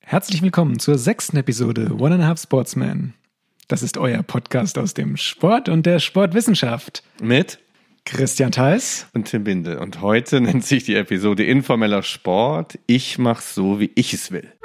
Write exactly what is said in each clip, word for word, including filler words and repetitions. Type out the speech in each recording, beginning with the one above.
Herzlich willkommen zur sechsten Episode One and a Half Sportsman. Das ist euer Podcast aus dem Sport und der Sportwissenschaft. Mit Christian Theis und Tim Bindel. Und heute nennt sich die Episode Informeller Sport. Ich mach's so, wie ich es will.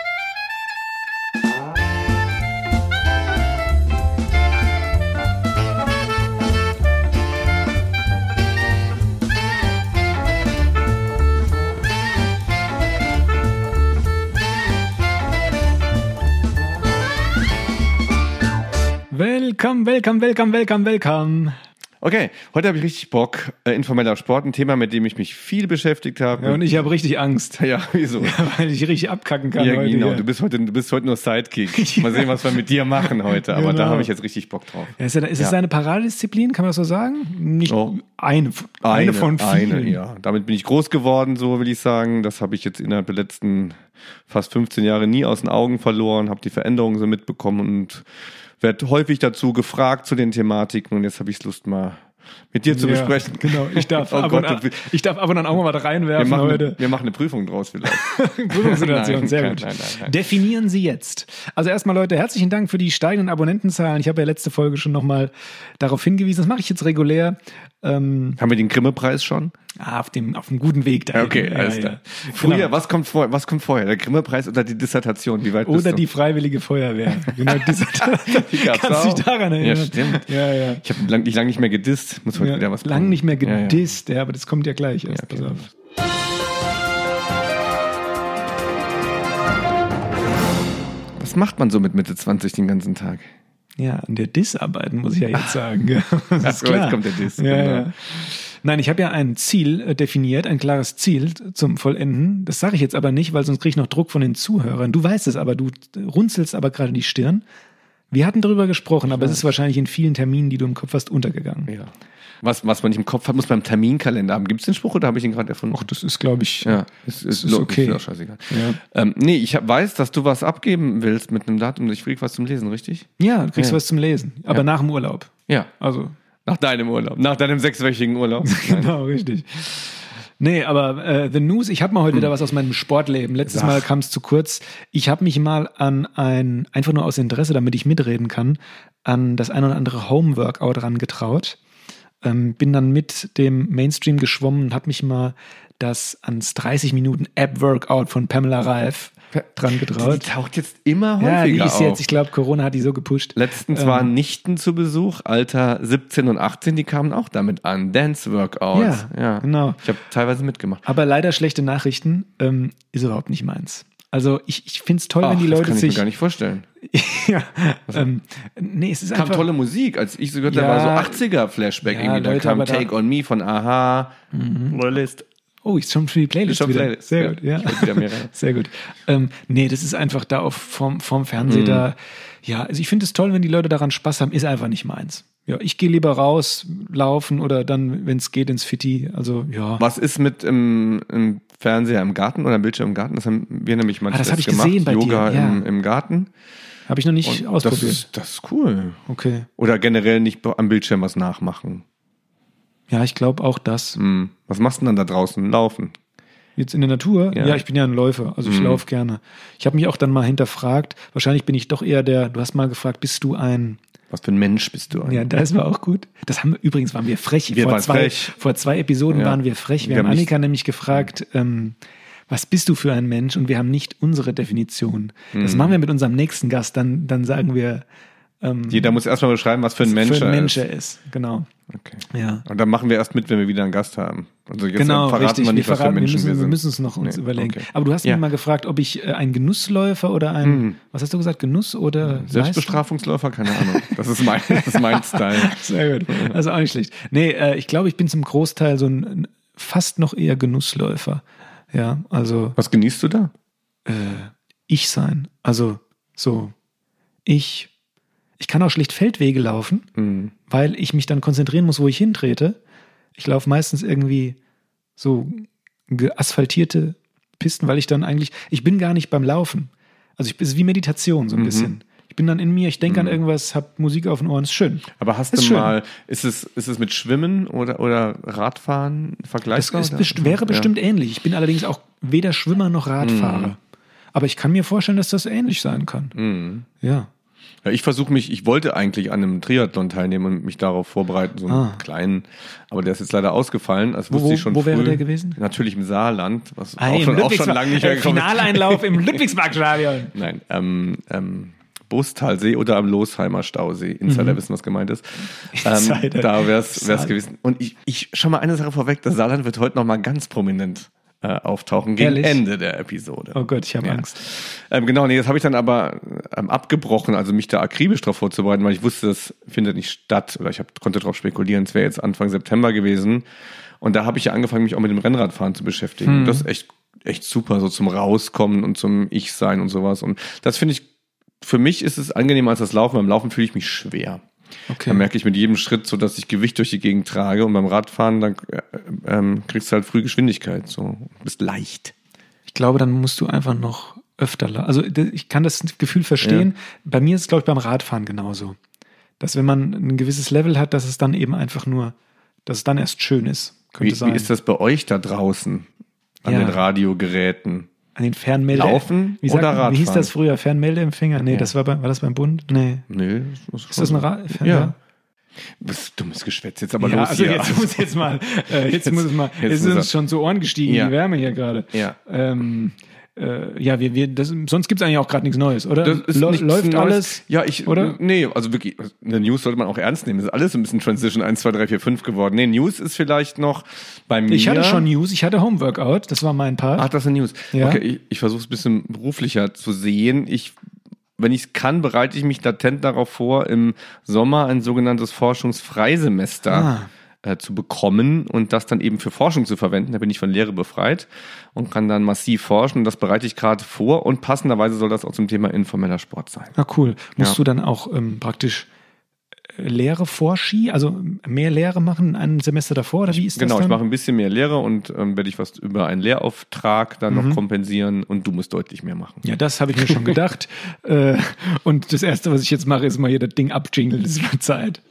Welcome, welcome, welcome, welcome, welcome. Okay, heute habe ich richtig Bock. Äh, informeller Sport, ein Thema, mit dem ich mich viel beschäftigt habe. Ja, und ich habe richtig Angst. Ja, wieso? Ja, weil ich richtig abkacken kann ja, heute. Genau, hier. du bist heute, du bist heute nur Sidekick. Mal sehen, was wir mit dir machen heute. Aber Genau. da habe ich jetzt richtig Bock drauf. Ja, ist ja, ist es Ja. eine Paradedisziplin, kann man das so sagen? Nicht Oh. eine, eine, eine von vielen. Eine, ja. Damit bin ich groß geworden, so will ich sagen. Das habe ich jetzt innerhalb der letzten fast fünfzehn Jahre nie aus den Augen verloren, habe die Veränderungen so mitbekommen und werde häufig dazu gefragt zu den Thematiken. Und jetzt habe ich Lust, mal mit dir zu Ja, besprechen. Genau, ich darf, Oh ab, Gott, und an, du- ich darf ab und an auch mal was wir, reinwerfen machen heute. eine, wir machen eine Prüfung draus vielleicht. Prüfungssituation, Nein, sehr kein- gut. nein, nein, nein. Definieren Sie jetzt. Also erstmal, Leute, herzlichen Dank für die steigenden Abonnentenzahlen. Ich habe ja letzte Folge schon nochmal darauf hingewiesen. Das mache ich jetzt regulär. Ähm, Haben wir den Grimme-Preis schon? ah, auf dem, auf dem guten Weg dahin. Okay, Ja, alles ja. klar. Früher, Genau. was kommt vor, was kommt vorher? Der Grimme-Preis oder die Dissertation? Wie weit bist Oder du? die Freiwillige Feuerwehr. Genau, diese, Die gab's kannst dich auch. daran erinnern. Ja, stimmt. Ja, ja. Ich habe lang, lang nicht mehr gedisst. Muss heute Ja, wieder was lang bringen. nicht mehr Ja, ja. gedisst, ja, aber das kommt ja gleich erst. Ja, okay. Pass auf. Was macht man so mit Mitte zwanzig den ganzen Tag? Ja, an der Diss arbeiten, muss ich ja jetzt sagen. Ja, das Ach ist so, klar. jetzt kommt der Diss, Ja, genau. ja. Nein, ich habe ja ein Ziel äh, definiert, ein klares Ziel zum Vollenden. Das sage ich jetzt aber nicht, weil sonst kriege ich noch Druck von den Zuhörern. Du weißt es aber, du runzelst aber gerade die Stirn. Wir hatten darüber gesprochen, aber es ist wahrscheinlich in vielen Terminen, die du im Kopf hast, untergegangen. Ja. Was, was man nicht im Kopf hat, muss man im Terminkalender haben. Gibt es den Spruch oder habe ich ihn gerade erfunden? Ach, das ist, glaube ich, Ja, es ist, ist okay. Ist auch scheißegal. Ja. Ähm, nee, ich hab, weiß, dass du was abgeben willst mit einem Datum. Ich krieg was zum Lesen, richtig? ja, du kriegst Ja. was zum Lesen, aber Ja. nach dem Urlaub. Ja. Also, Nach deinem Urlaub. Nach deinem sechswöchigen Urlaub. Nein. genau, richtig. Nee, aber äh, The News, ich habe mal heute wieder was aus meinem Sportleben. Letztes Sag. Mal kam es zu kurz. Ich habe mich mal an ein, einfach nur aus Interesse, damit ich mitreden kann, an das ein oder andere Home-Workout rangetraut. Ähm, bin dann mit dem Mainstream geschwommen und habe mich mal das ans dreißig Minuten App-Workout von Pamela Reif dran Die getraut. taucht jetzt immer Ja, häufiger die ist auf. jetzt, ich glaube, Corona hat die so gepusht. Letztens Ähm, waren Nichten zu Besuch, Alter siebzehn und achtzehn, die kamen auch damit an. Dance-Workouts. Ja, genau. Ich habe teilweise mitgemacht. Aber leider schlechte Nachrichten, ähm, ist überhaupt nicht meins. Also ich, ich finde es toll, Ach, wenn die das Leute kann ich sich... mir gar nicht vorstellen. ja, ähm, nee, es ist Kam einfach... tolle Musik. Als ich so gehört habe, Ja. war so achtziger-Flashback Ja, irgendwie. Da Leute, kam aber da- Take On Me von Aha. Playlist. Oh, ist schon für die Playlist Ist schon wieder. Playlist, Sehr ja. gut, ja. Ich werd wieder mehr rein. Sehr gut. Ähm, nee, das ist einfach da auf vorm, vorm Mhm. Fernseher da. Ja, also ich finde es toll, wenn die Leute daran Spaß haben, ist einfach nicht meins. Ja, ich gehe lieber raus, laufen oder dann, wenn es geht, ins Fitti. Also, ja. Was ist mit im, im Fernseher im Garten oder im Bildschirm im Garten? Das haben wir nämlich manchmal Ah, das hab ich gemacht. gesehen bei Yoga dir, ja. im, im Garten. Habe ich noch nicht Und ausprobiert. Das ist, das ist cool. Okay. Oder generell nicht am Bildschirm was nachmachen. Ja, ich glaube auch das. Hm. Was machst du denn dann da draußen? Laufen. Jetzt in der Natur? Ja, Ja. ich bin ja ein Läufer, also ich Mhm. laufe gerne. Ich habe mich auch dann mal hinterfragt, wahrscheinlich bin ich doch eher der, du hast mal gefragt, bist du ein, Was für ein Mensch bist du eigentlich? ja, das war auch gut. Das haben wir, übrigens waren wir frech. Wir vor, waren zwei, frech. vor zwei Episoden Ja. waren wir frech. Wir, Wir haben haben Annika nicht- nämlich gefragt, ähm, was bist du für ein Mensch? Und wir haben nicht unsere Definition. Das machen wir mit unserem nächsten Gast, dann, dann sagen wir, ähm, Jeder muss erstmal beschreiben, was für ein Mensch für ein er Mensch ist. er ist. Genau. Okay. Ja. Und dann machen wir erst mit, wenn wir wieder einen Gast haben. Also jetzt Genau, verraten richtig. wir nicht, was für verraten, Menschen wir, müssen, wir wir sind. müssen es noch uns Nee, überlegen. okay. Aber du hast Ja. mich mal gefragt, ob ich äh, ein Genussläufer oder ein, Mhm. was hast du gesagt, Genuss oder Leistung? Selbstbestrafungsläufer? Keine Ahnung. Das ist mein, das ist mein Style. Sehr gut. Also auch nicht schlecht. Nee, äh, ich glaube, ich bin zum Großteil so ein, ein fast noch eher Genussläufer. Ja, also Was genießt du da? äh, ich sein. Also so, ich, ich kann auch schlecht Feldwege laufen, Mhm. weil ich mich dann konzentrieren muss, wo ich hintrete. Ich laufe meistens irgendwie so asphaltierte Pisten, weil ich dann eigentlich, ich bin gar nicht beim Laufen. Also ich, es ist wie Meditation so ein Mhm. bisschen. Ich bin dann in mir, ich denke an irgendwas, hab Musik auf den Ohren, ist schön. Aber hast Ist du schön. mal, ist es, ist es mit Schwimmen oder, oder Radfahren Das vergleichbar? ist oder? best- wäre bestimmt ähnlich. Ich bin allerdings auch weder Schwimmer noch Radfahrer. Aber ich kann mir vorstellen, dass das ähnlich sein kann. Mhm. Ja. Ja, ich versuche mich, ich wollte eigentlich an einem Triathlon teilnehmen und mich darauf vorbereiten, so einen Ah. kleinen, aber der ist jetzt leider ausgefallen. Das Wo, wusste wo, ich schon wo früh. wäre der gewesen? Natürlich im Saarland, was Ah, auch, im schon, auch schon Ludwigspark- lange nicht mehr äh, gekommen ist. Finaleinlauf im Ludwigsparkstadion. Nein, ähm, ähm, Brusttalsee oder am Losheimer Stausee. Insider Mhm. wissen, was gemeint ist. Insider. Ähm, da wäre es Saarland. gewesen. Und ich, ich schon mal eine Sache vorweg, das Saarland wird heute noch mal ganz prominent äh, auftauchen gegen Ehrlich? Ende der Episode. Oh Gott, ich habe Ja. Angst. Ähm, genau, nee, das habe ich dann aber ähm, abgebrochen, also mich da akribisch drauf vorzubereiten, weil ich wusste, das findet nicht statt oder ich hab, konnte darauf spekulieren, es wäre jetzt Anfang September gewesen. Und da habe ich ja angefangen, mich auch mit dem Rennradfahren zu beschäftigen. Hm. Und das ist echt, echt super, so zum Rauskommen und zum Ich-Sein und sowas. Und das finde ich, für mich ist es angenehmer als das Laufen. Beim Laufen fühle ich mich schwer. Okay. Da merke ich mit jedem Schritt so, dass ich Gewicht durch die Gegend trage und beim Radfahren, dann äh, ähm, kriegst du halt früh Geschwindigkeit, so, bist leicht. Ich glaube, dann musst du einfach noch öfter, la- also d- ich kann das Gefühl verstehen. Bei mir ist es, glaube ich, beim Radfahren genauso. Dass wenn man ein gewisses Level hat, dass es dann eben einfach nur, dass es dann erst schön ist. Könnte Wie, sein. wie ist das bei euch da draußen an Ja. den Radiogeräten? An den Fernmelde... Laufen wie sagt oder man, Wie hieß Radfahren? das früher? Fernmeldeempfänger? Nee, Ja. das war, bei, war das beim Bund? Nee. Nee, das Ist das ein Rad? Ja. Was dummes Geschwätz jetzt aber Ja, los also hier. jetzt muss jetzt mal, äh, jetzt, Jetzt- muss es mal, jetzt jetzt muss ist er- uns schon zu Ohren gestiegen, Ja. die Wärme hier gerade. Ja. Ähm, äh, ja, wir, wir, das, sonst gibt es eigentlich auch gerade nichts Neues, oder? Das ist Lo- nichts läuft Neues. alles? Ja, ich, oder? nee, also wirklich, in der News sollte man auch ernst nehmen. Das ist alles ein bisschen Transition eins, zwei, drei, vier, fünf geworden. Nee, News ist vielleicht noch bei mir. Ich hatte schon News, ich hatte Homeworkout, das war mein Part. Ach, das ist News. Ja. Okay, ich, ich versuche es ein bisschen beruflicher zu sehen. Ich, wenn ich es kann, bereite ich mich latent darauf vor, im Sommer ein sogenanntes Forschungsfreisemester Ah. äh, zu bekommen und das dann eben für Forschung zu verwenden. Da bin ich von Lehre befreit und kann dann massiv forschen. Und das bereite ich gerade vor und passenderweise soll das auch zum Thema informeller Sport sein. Ah, cool. Musst Ja. du dann auch ähm, praktisch äh, Lehre vor Ski, also mehr Lehre machen in einem Semester davor, oder wie ist Genau, das ich dann? mache ein bisschen mehr Lehre und ähm, werde ich was über einen Lehrauftrag dann Mhm. noch kompensieren und du musst deutlich mehr machen. Ja, das habe ich mir schon gedacht. äh, und das Erste, was ich jetzt mache, ist mal hier das Ding abjingeln, das ist mal Zeit.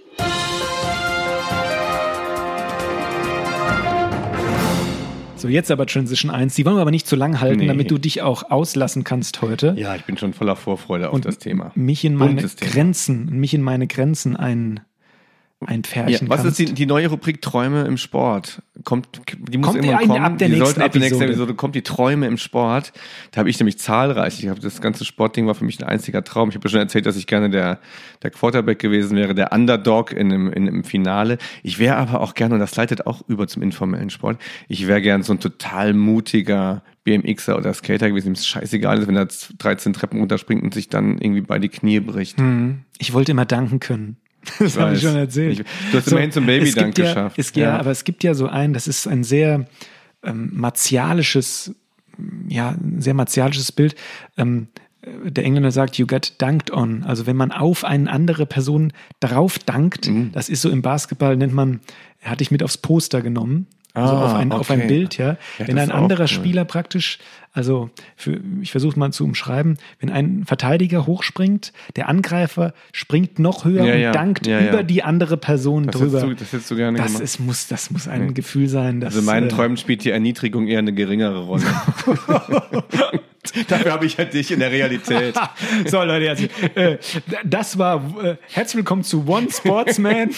So, jetzt aber Transition eins. Die wollen wir aber nicht zu lang halten, Nee. damit du dich auch auslassen kannst heute. Ja, ich bin schon voller Vorfreude auf Und das Thema. Mich in meine Buntes Thema. Grenzen, mich in meine Grenzen ein, ein Ja, Pferchen was kannst. ist die, die neue Rubrik Träume im Sport? Kommt, die muss Kommt immer eine kommen. ab der die nächsten sollte ab der nächsten Episode. Episode kommt die Träume im Sport. Da habe ich nämlich zahlreich. Ich habe das ganze Sportding war für mich ein einziger Traum. Ich habe ja schon erzählt, dass ich gerne der der Quarterback gewesen wäre, der Underdog in einem in einem Finale. Ich wäre aber auch gerne, und das leitet auch über zum informellen Sport. Ich wäre gern so ein total mutiger B M Xer oder Skater gewesen. Dem ist scheißegal, wenn er dreizehn Treppen runterspringt und sich dann irgendwie beide Knie bricht. Hm, Ich wollte immer danken können. Das habe ich weiß. schon erzählt. Ich- du hast immerhin zum Baby-Dank es gibt ja, geschafft. Es, ja, Ja. aber es gibt ja so ein, das ist ein sehr ähm, martialisches, ja, ein sehr martialisches Bild. Ähm, der Engländer sagt, you get dunked on. Also wenn man auf eine andere Person drauf dankt, Mhm. das ist so im Basketball, nennt man, er hat dich mit aufs Poster genommen. Also Ah, auf, ein, auf ein okay. Bild, ja. Ja, Wenn das ein ist auch anderer cool. Spieler praktisch, also für, ich versuche mal zu umschreiben, wenn ein Verteidiger hochspringt, der Angreifer springt noch höher Ja, und ja. dankt Ja, ja. über die andere Person Das drüber. hättest du, das hättest du gerne das gemacht. ist, muss, das muss ein Nee. Gefühl sein. Dass, Also in meinen äh, Träumen spielt die Erniedrigung eher eine geringere Rolle. Dafür habe ich halt dich in der Realität. So, Leute, also, äh, das war äh, herzlich willkommen zu One Sportsman.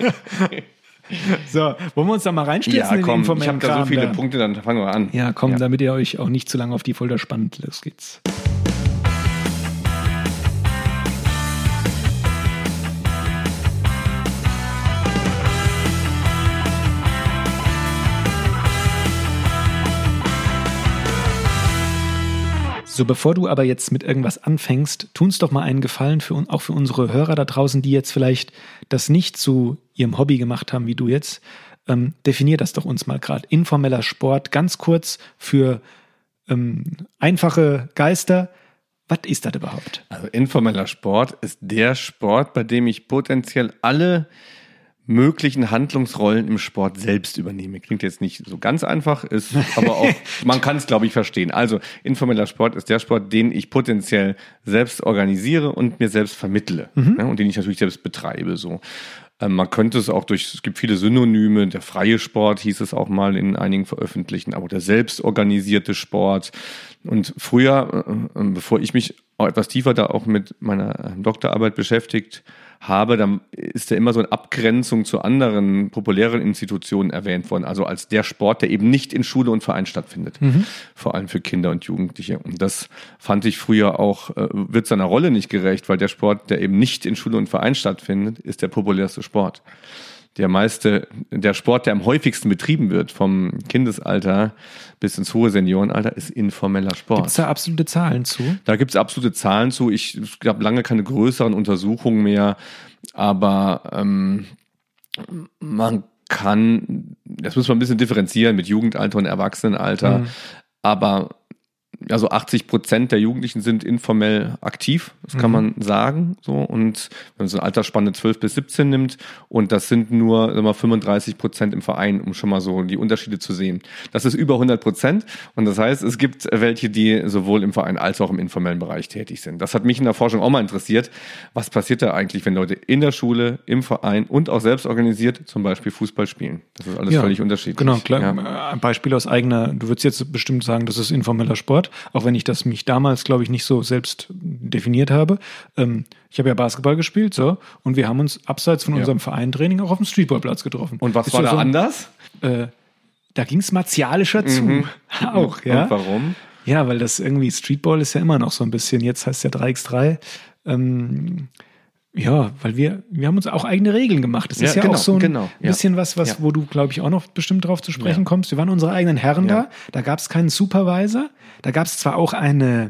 So, wollen wir uns da mal reinstürzen Ja, in den komm, ich informellen habe da so Kram viele da? Punkte, dann fangen wir an. Ja, komm, Ja. damit ihr euch auch nicht zu lange auf die Folter spannt. Los geht's. So, bevor du aber jetzt mit irgendwas anfängst, tu uns doch mal einen Gefallen, für, un- auch für unsere Hörer da draußen, die jetzt vielleicht das nicht zu ihrem Hobby gemacht haben, wie du jetzt. Ähm, definier das doch uns mal gerade. Informeller Sport, ganz kurz für ähm, einfache Geister. Was ist das überhaupt? Also informeller Sport ist der Sport, bei dem ich potenziell alle möglichen Handlungsrollen im Sport selbst übernehme. Klingt jetzt nicht so ganz einfach, ist aber auch, man kann es, glaube ich, verstehen. Also informeller Sport ist der Sport, den ich potenziell selbst organisiere und mir selbst vermittle. Mhm. Ja, und den ich natürlich selbst betreibe. So. Ähm, man könnte es auch durch, es gibt viele Synonyme, der freie Sport hieß es auch mal in einigen veröffentlichten, aber der selbstorganisierte Sport. Und früher, äh, bevor ich mich auch etwas tiefer da auch mit meiner Doktorarbeit beschäftigt habe, dann ist da immer so eine Abgrenzung zu anderen populären Institutionen erwähnt worden, also als der Sport, der eben nicht in Schule und Verein stattfindet, mhm. vor allem für Kinder und Jugendliche. Und das fand ich früher auch, äh, wird seiner Rolle nicht gerecht, weil der Sport, der eben nicht in Schule und Verein stattfindet, ist der populärste Sport. Der meiste, der Sport, der am häufigsten betrieben wird, vom Kindesalter bis ins hohe Seniorenalter, ist informeller Sport. Gibt es da absolute Zahlen zu? Da gibt es absolute Zahlen zu. Ich habe lange keine größeren Untersuchungen mehr, aber ähm, man kann, das muss man ein bisschen differenzieren mit Jugendalter und Erwachsenenalter, mhm. aber also achtzig Prozent der Jugendlichen sind informell aktiv, das kann mhm. man sagen. So. Und wenn man so eine Altersspanne zwölf bis siebzehn nimmt, und das sind nur sagen wir, fünfunddreißig Prozent im Verein, um schon mal so die Unterschiede zu sehen. Das ist über hundert Prozent. Und das heißt, es gibt welche, die sowohl im Verein als auch im informellen Bereich tätig sind. Das hat mich in der Forschung auch mal interessiert. Was passiert da eigentlich, wenn Leute in der Schule, im Verein und auch selbst organisiert zum Beispiel Fußball spielen? Das ist alles ja, völlig unterschiedlich. Genau, klar. Ja. Ein Beispiel aus eigener, du würdest jetzt bestimmt sagen, das ist informeller Sport. Auch wenn ich das mich damals, glaube ich, nicht so selbst definiert habe. Ähm, ich habe ja Basketball gespielt, so, und wir haben uns abseits von ja. unserem Vereintraining auch auf dem Streetballplatz getroffen. Und was ist war da so, anders? Äh, da ging es martialischer zu. Mhm. Auch, ja. Und warum? Ja, weil das irgendwie, Streetball ist ja immer noch so ein bisschen, jetzt heißt es ja drei gegen drei. Ähm, Ja, weil wir, wir haben uns auch eigene Regeln gemacht. Das ist ja, ja genau, auch so ein genau, ja. bisschen was, was, ja. wo du, glaube ich, auch noch bestimmt drauf zu sprechen ja. kommst. Wir waren unsere eigenen Herren ja. da. Da gab es keinen Supervisor. Da gab es zwar auch eine,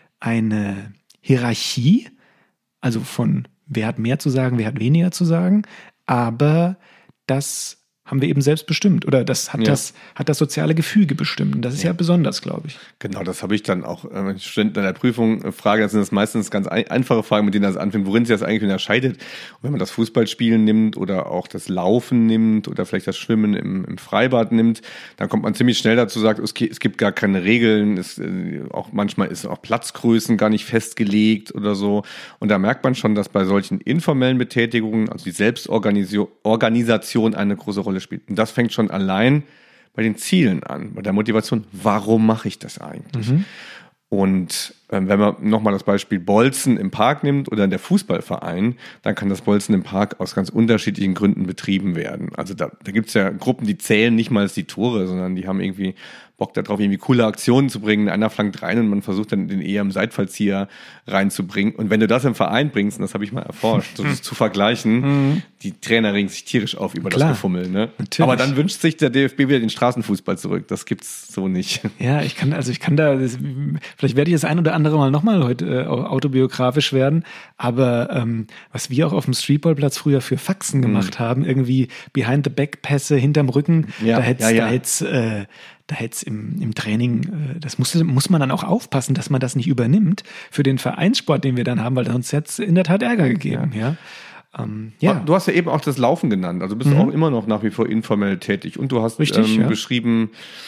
eine Hierarchie, also von wer hat mehr zu sagen, wer hat weniger zu sagen, aber das haben wir eben selbst bestimmt. Oder das hat, ja. das, hat das soziale Gefüge bestimmt. Und das ist ja, ja besonders, glaube ich. Genau, das habe ich dann auch, äh, wenn ich Studenten in der Prüfung äh, frage, das sind das meistens ganz ein, einfache Fragen, mit denen das anfängt, worin sich das eigentlich unterscheidet. Und wenn man das Fußballspielen nimmt oder auch das Laufen nimmt oder vielleicht das Schwimmen im, im Freibad nimmt, dann kommt man ziemlich schnell dazu, sagt, es, es gibt gar keine Regeln, es, äh, auch manchmal ist auch Platzgrößen gar nicht festgelegt oder so. Und da merkt man schon, dass bei solchen informellen Betätigungen, also die Selbstorganisation eine große Rolle spielt. Und das fängt schon allein bei den Zielen an, bei der Motivation. Warum mache ich das eigentlich? Mhm. Und äh, wenn man nochmal das Beispiel Bolzen im Park nimmt oder der Fußballverein, dann kann das Bolzen im Park aus ganz unterschiedlichen Gründen betrieben werden. Also da, da gibt es ja Gruppen, die zählen nicht mal die Tore, sondern die haben irgendwie Bock darauf, irgendwie coole Aktionen zu bringen. Einer flankt rein und man versucht dann den eher im Seitfallzieher reinzubringen. Und wenn du das im Verein bringst, und das habe ich mal erforscht, so das zu vergleichen, mhm. die Trainer regen sich tierisch auf über Klar. das Gefummel. Ne? Aber dann wünscht sich der D F B wieder den Straßenfußball zurück. Das gibt's so nicht. Ja, ich kann, also ich kann da, das, vielleicht werde ich das ein oder andere Mal nochmal heute äh, autobiografisch werden, aber ähm, was wir auch auf dem Streetballplatz früher für Faxen gemacht mhm. haben, irgendwie Behind-the-Back-Pässe hinterm Rücken, ja, da hätt's, ja, ja. da hätt's, äh, da hätt's im, im Training, das muss, muss man dann auch aufpassen, dass man das nicht übernimmt für den Vereinssport, den wir dann haben, weil sonst hätte es in der Tat Ärger gegeben. Ja. Ja. Ähm, ja. Du hast ja eben auch das Laufen genannt, also bist mhm. du auch immer noch nach wie vor informell tätig und du hast Richtig, ähm, ja. beschrieben,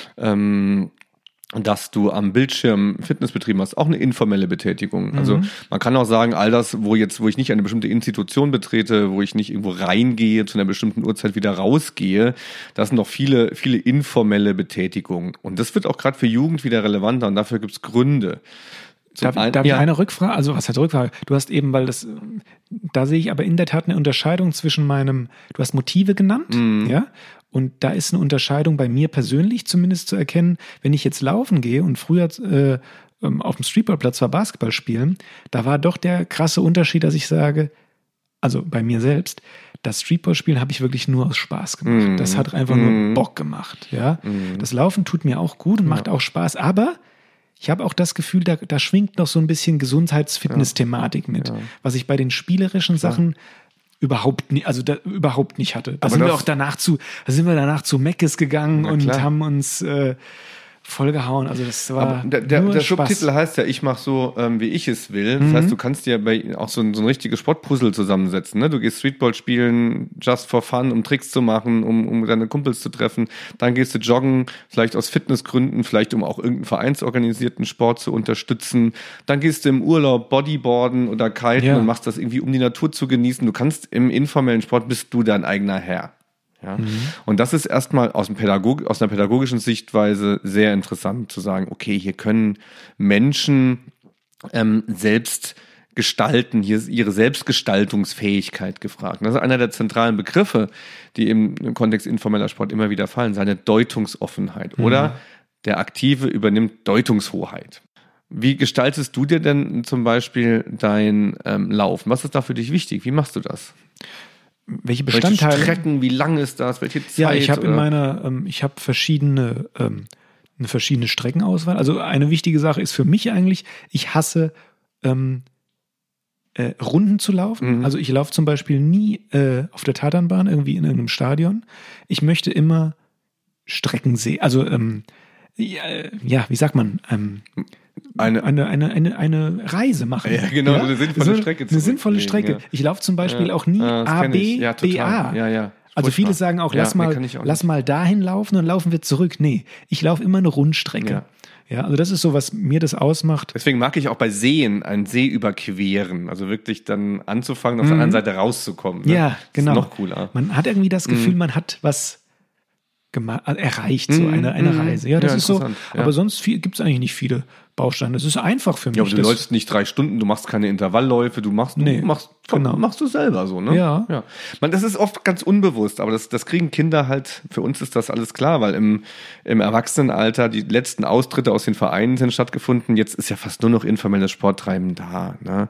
ähm, dass du am Bildschirm Fitness betrieben hast, auch eine informelle Betätigung. Mhm. Also man kann auch sagen, all das, wo jetzt, wo ich nicht eine bestimmte Institution betrete, wo ich nicht irgendwo reingehe, zu einer bestimmten Uhrzeit wieder rausgehe, das sind doch viele, viele informelle Betätigungen. Und das wird auch gerade für Jugend wieder relevanter und dafür gibt es Gründe. Darf, ein, darf ja. ich eine Rückfrage? Also was heißt Rückfrage? Du hast eben, weil das, da sehe ich aber in der Tat eine Unterscheidung zwischen meinem, du hast Motive genannt, mhm. ja? Und da ist eine Unterscheidung bei mir persönlich zumindest zu erkennen, wenn ich jetzt laufen gehe und früher äh, auf dem Streetballplatz war Basketball spielen, da war doch der krasse Unterschied, dass ich sage, also bei mir selbst, das Streetballspielen habe ich wirklich nur aus Spaß gemacht. Mm. Das hat einfach mm. nur Bock gemacht. Ja, mm. Das Laufen tut mir auch gut und macht ja. auch Spaß, aber ich habe auch das Gefühl, da, da schwingt noch so ein bisschen Gesundheits-Fitness-Thematik mit, ja. was ich bei den spielerischen Klar. Sachen überhaupt nicht, also da, überhaupt nicht hatte. Da Aber sind wir auch danach zu, da sind wir danach zu Meckes gegangen und haben uns äh, vollgehauen. Also das war Aber der, der, nur der Spaß. Subtitel heißt ja, ich mache so, ähm, wie ich es will. Das mhm. heißt, du kannst dir bei auch so ein, so ein richtiges Sportpuzzle zusammensetzen. Ne? Du gehst Streetball spielen, just for fun, um Tricks zu machen, um, um deine Kumpels zu treffen. Dann gehst du joggen, vielleicht aus Fitnessgründen, vielleicht um auch irgendeinen vereinsorganisierten Sport zu unterstützen. Dann gehst du im Urlaub Bodyboarden oder Kiten ja. und machst das irgendwie, um die Natur zu genießen. Du kannst im informellen Sport, bist du dein eigener Herr. Ja? Mhm. Und das ist erstmal aus, dem Pädagog- aus einer pädagogischen Sichtweise sehr interessant zu sagen, okay, hier können Menschen ähm, selbst gestalten, hier ist ihre Selbstgestaltungsfähigkeit gefragt. Das ist einer der zentralen Begriffe, die im, im Kontext informeller Sport immer wieder fallen, seine Deutungsoffenheit mhm. oder der Aktive übernimmt Deutungshoheit. Wie gestaltest du dir denn zum Beispiel dein ähm, Laufen? Was ist da für dich wichtig? Wie machst du das? Welche Bestandteile? Welche Strecken, wie lang ist das? Welche Zeit? Ja, ich habe in meiner, ähm, ich habe verschiedene, ähm, eine verschiedene Streckenauswahl. Also eine wichtige Sache ist für mich eigentlich, ich hasse ähm, äh, Runden zu laufen. Mhm. Also ich laufe zum Beispiel nie äh, auf der Tatanbahn, irgendwie in irgendeinem Stadion. Ich möchte immer Strecken sehen. Also ähm, ja, ja, wie sagt man? Ähm, Eine, eine, eine, eine, eine Reise machen. Ja, genau, ja? so eine sinnvolle so Strecke. Eine sinnvolle Strecke. Ja. Ich laufe zum Beispiel ja. auch nie ja, A, B, ja, B, A. Ja, ja. Also viele sagen auch, lass, ja, mal, nee, lass mal dahin laufen und laufen wir zurück. Nee, ich laufe immer eine Rundstrecke. Ja. Ja, also das ist so, was mir das ausmacht. Deswegen mag ich auch bei Seen einen See überqueren. Also wirklich dann anzufangen, auf mhm. der anderen Seite rauszukommen. Ne? Ja, genau. Das ist noch cooler. Man hat irgendwie das Gefühl, mhm. man hat was Gema- erreicht, so eine, eine Reise. Ja, das ja, ist so. Ja. Aber sonst gibt es eigentlich nicht viele Bausteine. Das ist einfach für mich. Ja, aber du läufst nicht drei Stunden, du machst keine Intervallläufe, du machst, nee, du machst, genau. machst du selber so, ne? Ja. ja. Man, das ist oft ganz unbewusst, aber das, das kriegen Kinder halt, für uns ist das alles klar, weil im, im Erwachsenenalter die letzten Austritte aus den Vereinen sind stattgefunden. Jetzt ist ja fast nur noch informelles Sporttreiben da, ne?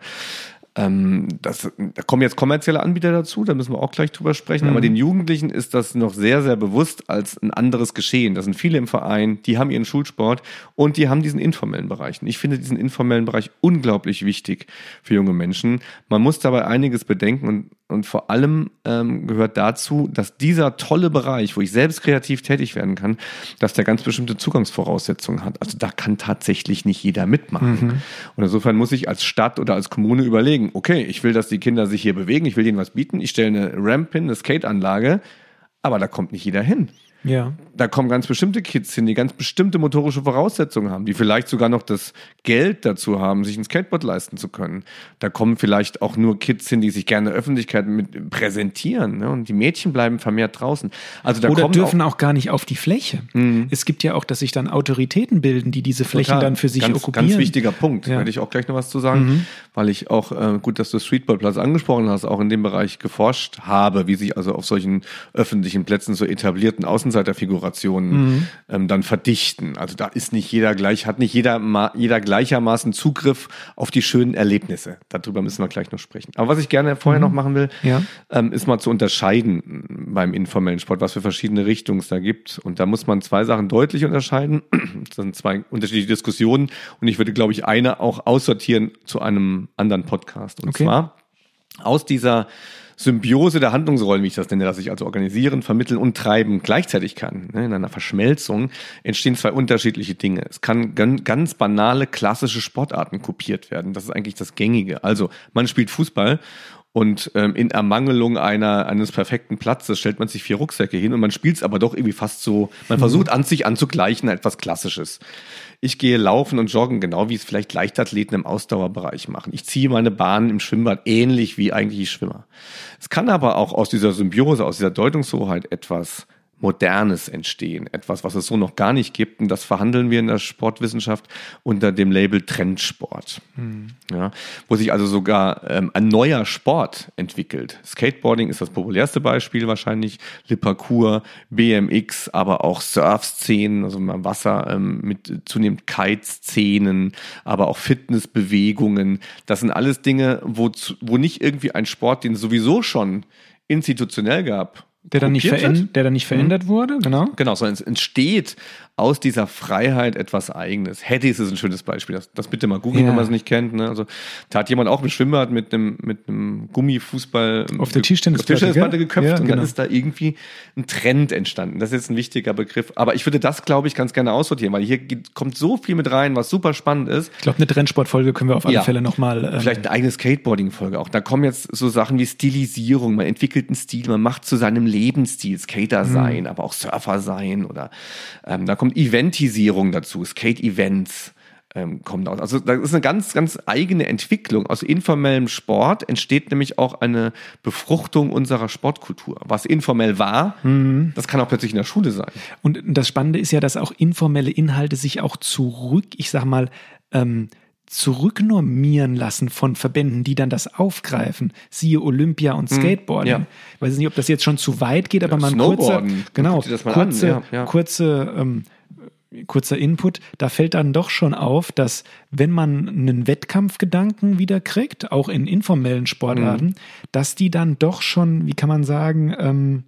Ähm, das, da kommen jetzt kommerzielle Anbieter dazu, da müssen wir auch gleich drüber sprechen, mhm. aber den Jugendlichen ist das noch sehr, sehr bewusst als ein anderes Geschehen. Da sind viele im Verein, die haben ihren Schulsport und die haben diesen informellen Bereich. Und ich finde diesen informellen Bereich unglaublich wichtig für junge Menschen. Man muss dabei einiges bedenken und, und vor allem ähm, gehört dazu, dass dieser tolle Bereich, wo ich selbst kreativ tätig werden kann, dass der ganz bestimmte Zugangsvoraussetzungen hat. Also da kann tatsächlich nicht jeder mitmachen. Mhm. Und insofern muss ich als Stadt oder als Kommune überlegen, okay, ich will, dass die Kinder sich hier bewegen, ich will ihnen was bieten, ich stelle eine Ramp hin, eine Skateanlage, aber da kommt nicht jeder hin. Ja. Da kommen ganz bestimmte Kids hin, die ganz bestimmte motorische Voraussetzungen haben, die vielleicht sogar noch das Geld dazu haben, sich ein Skateboard leisten zu können. Da kommen vielleicht auch nur Kids hin, die sich gerne in der Öffentlichkeit mit präsentieren, ne? Und die Mädchen bleiben vermehrt draußen. Also da Oder kommen dürfen auch, auch gar nicht auf die Fläche. Mhm. Es gibt ja auch, dass sich dann Autoritäten bilden, die diese Flächen Total. dann für sich ganz, okkupieren. Ganz wichtiger Punkt, ja. Werde ich auch gleich noch was zu sagen, mhm. weil ich auch, äh, gut, dass du Streetballplatz angesprochen hast, auch in dem Bereich geforscht habe, wie sich also auf solchen öffentlichen Plätzen so etablierten Außenseiterfigurationen Mhm. Ähm, dann verdichten. Also da ist nicht jeder gleich, hat nicht jeder, jeder gleichermaßen Zugriff auf die schönen Erlebnisse. Darüber müssen wir gleich noch sprechen. Aber was ich gerne vorher mhm. noch machen will, ja. ähm, ist mal zu unterscheiden beim informellen Sport, was für verschiedene Richtungen es da gibt. Und da muss man zwei Sachen deutlich unterscheiden. Das sind zwei unterschiedliche Diskussionen und ich würde, glaube ich, eine auch aussortieren zu einem anderen Podcast. Und okay. zwar aus dieser Symbiose der Handlungsrollen, wie ich das nenne, dass ich also organisieren, vermitteln und treiben gleichzeitig kann. In einer Verschmelzung entstehen zwei unterschiedliche Dinge. Es kann ganz banale, klassische Sportarten kopiert werden. Das ist eigentlich das Gängige. Also man spielt Fußball und ähm, in Ermangelung einer eines perfekten Platzes stellt man sich vier Rucksäcke hin und man spielt es aber doch irgendwie fast so, man versucht an sich anzugleichen, etwas Klassisches. Ich gehe laufen und joggen, genau wie es vielleicht Leichtathleten im Ausdauerbereich machen. Ich ziehe meine Bahn im Schwimmbad ähnlich wie eigentlich die Schwimmer. Es kann aber auch aus dieser Symbiose, aus dieser Deutungshoheit etwas Modernes entstehen. Etwas, was es so noch gar nicht gibt. Und das verhandeln wir in der Sportwissenschaft unter dem Label Trendsport. Mhm. Ja, wo sich also sogar ähm, ein neuer Sport entwickelt. Skateboarding ist das populärste Beispiel wahrscheinlich. Le Parcours, B M X, aber auch Surf-Szenen, also im Wasser ähm, mit zunehmend Kite-Szenen, aber auch Fitnessbewegungen. Das sind alles Dinge, wo, wo nicht irgendwie ein Sport, den es sowieso schon institutionell gab, Der dann, nicht veränd- der dann nicht verändert mhm. wurde, genau. Genau, sondern es entsteht aus dieser Freiheit etwas Eigenes. Headies ist ein schönes Beispiel. Das, das bitte mal googeln, ja. wenn man es nicht kennt. Ne? Also da hat jemand auch im Schwimmbad mit einem mit einem Gummifußball auf der Tischtennisplatte, Tischtennisplatte geköpft ja, und genau. dann ist da irgendwie ein Trend entstanden. Das ist jetzt ein wichtiger Begriff. Aber ich würde das, glaube ich, ganz gerne aussortieren, weil hier geht, kommt so viel mit rein, was super spannend ist. Ich glaube, eine Trendsportfolge können wir auf alle ja. Fälle nochmal... Ähm Vielleicht eine eigene Skateboarding-Folge auch. Da kommen jetzt so Sachen wie Stilisierung. Man entwickelt einen Stil, man macht zu seinem Lebensstil Skater sein, mhm. aber auch Surfer sein oder ähm, da kommt Eventisierung dazu, Skate-Events, ähm, kommt aus. Also das ist eine ganz, ganz eigene Entwicklung. Aus informellem Sport entsteht nämlich auch eine Befruchtung unserer Sportkultur. Was informell war, mhm. das kann auch plötzlich in der Schule sein. Und das Spannende ist ja, dass auch informelle Inhalte sich auch zurück, ich sag mal, ähm, zurücknormieren lassen von Verbänden, die dann das aufgreifen. Siehe Olympia und Skateboarding. Ja. Ich weiß nicht, ob das jetzt schon zu weit geht, aber ja, man kurzer, genau, kurze, ja, ja. kurze, ähm, kurzer Input, da fällt dann doch schon auf, dass wenn man einen Wettkampfgedanken wieder kriegt, auch in informellen Sportarten, mhm. dass die dann doch schon, wie kann man sagen, ähm,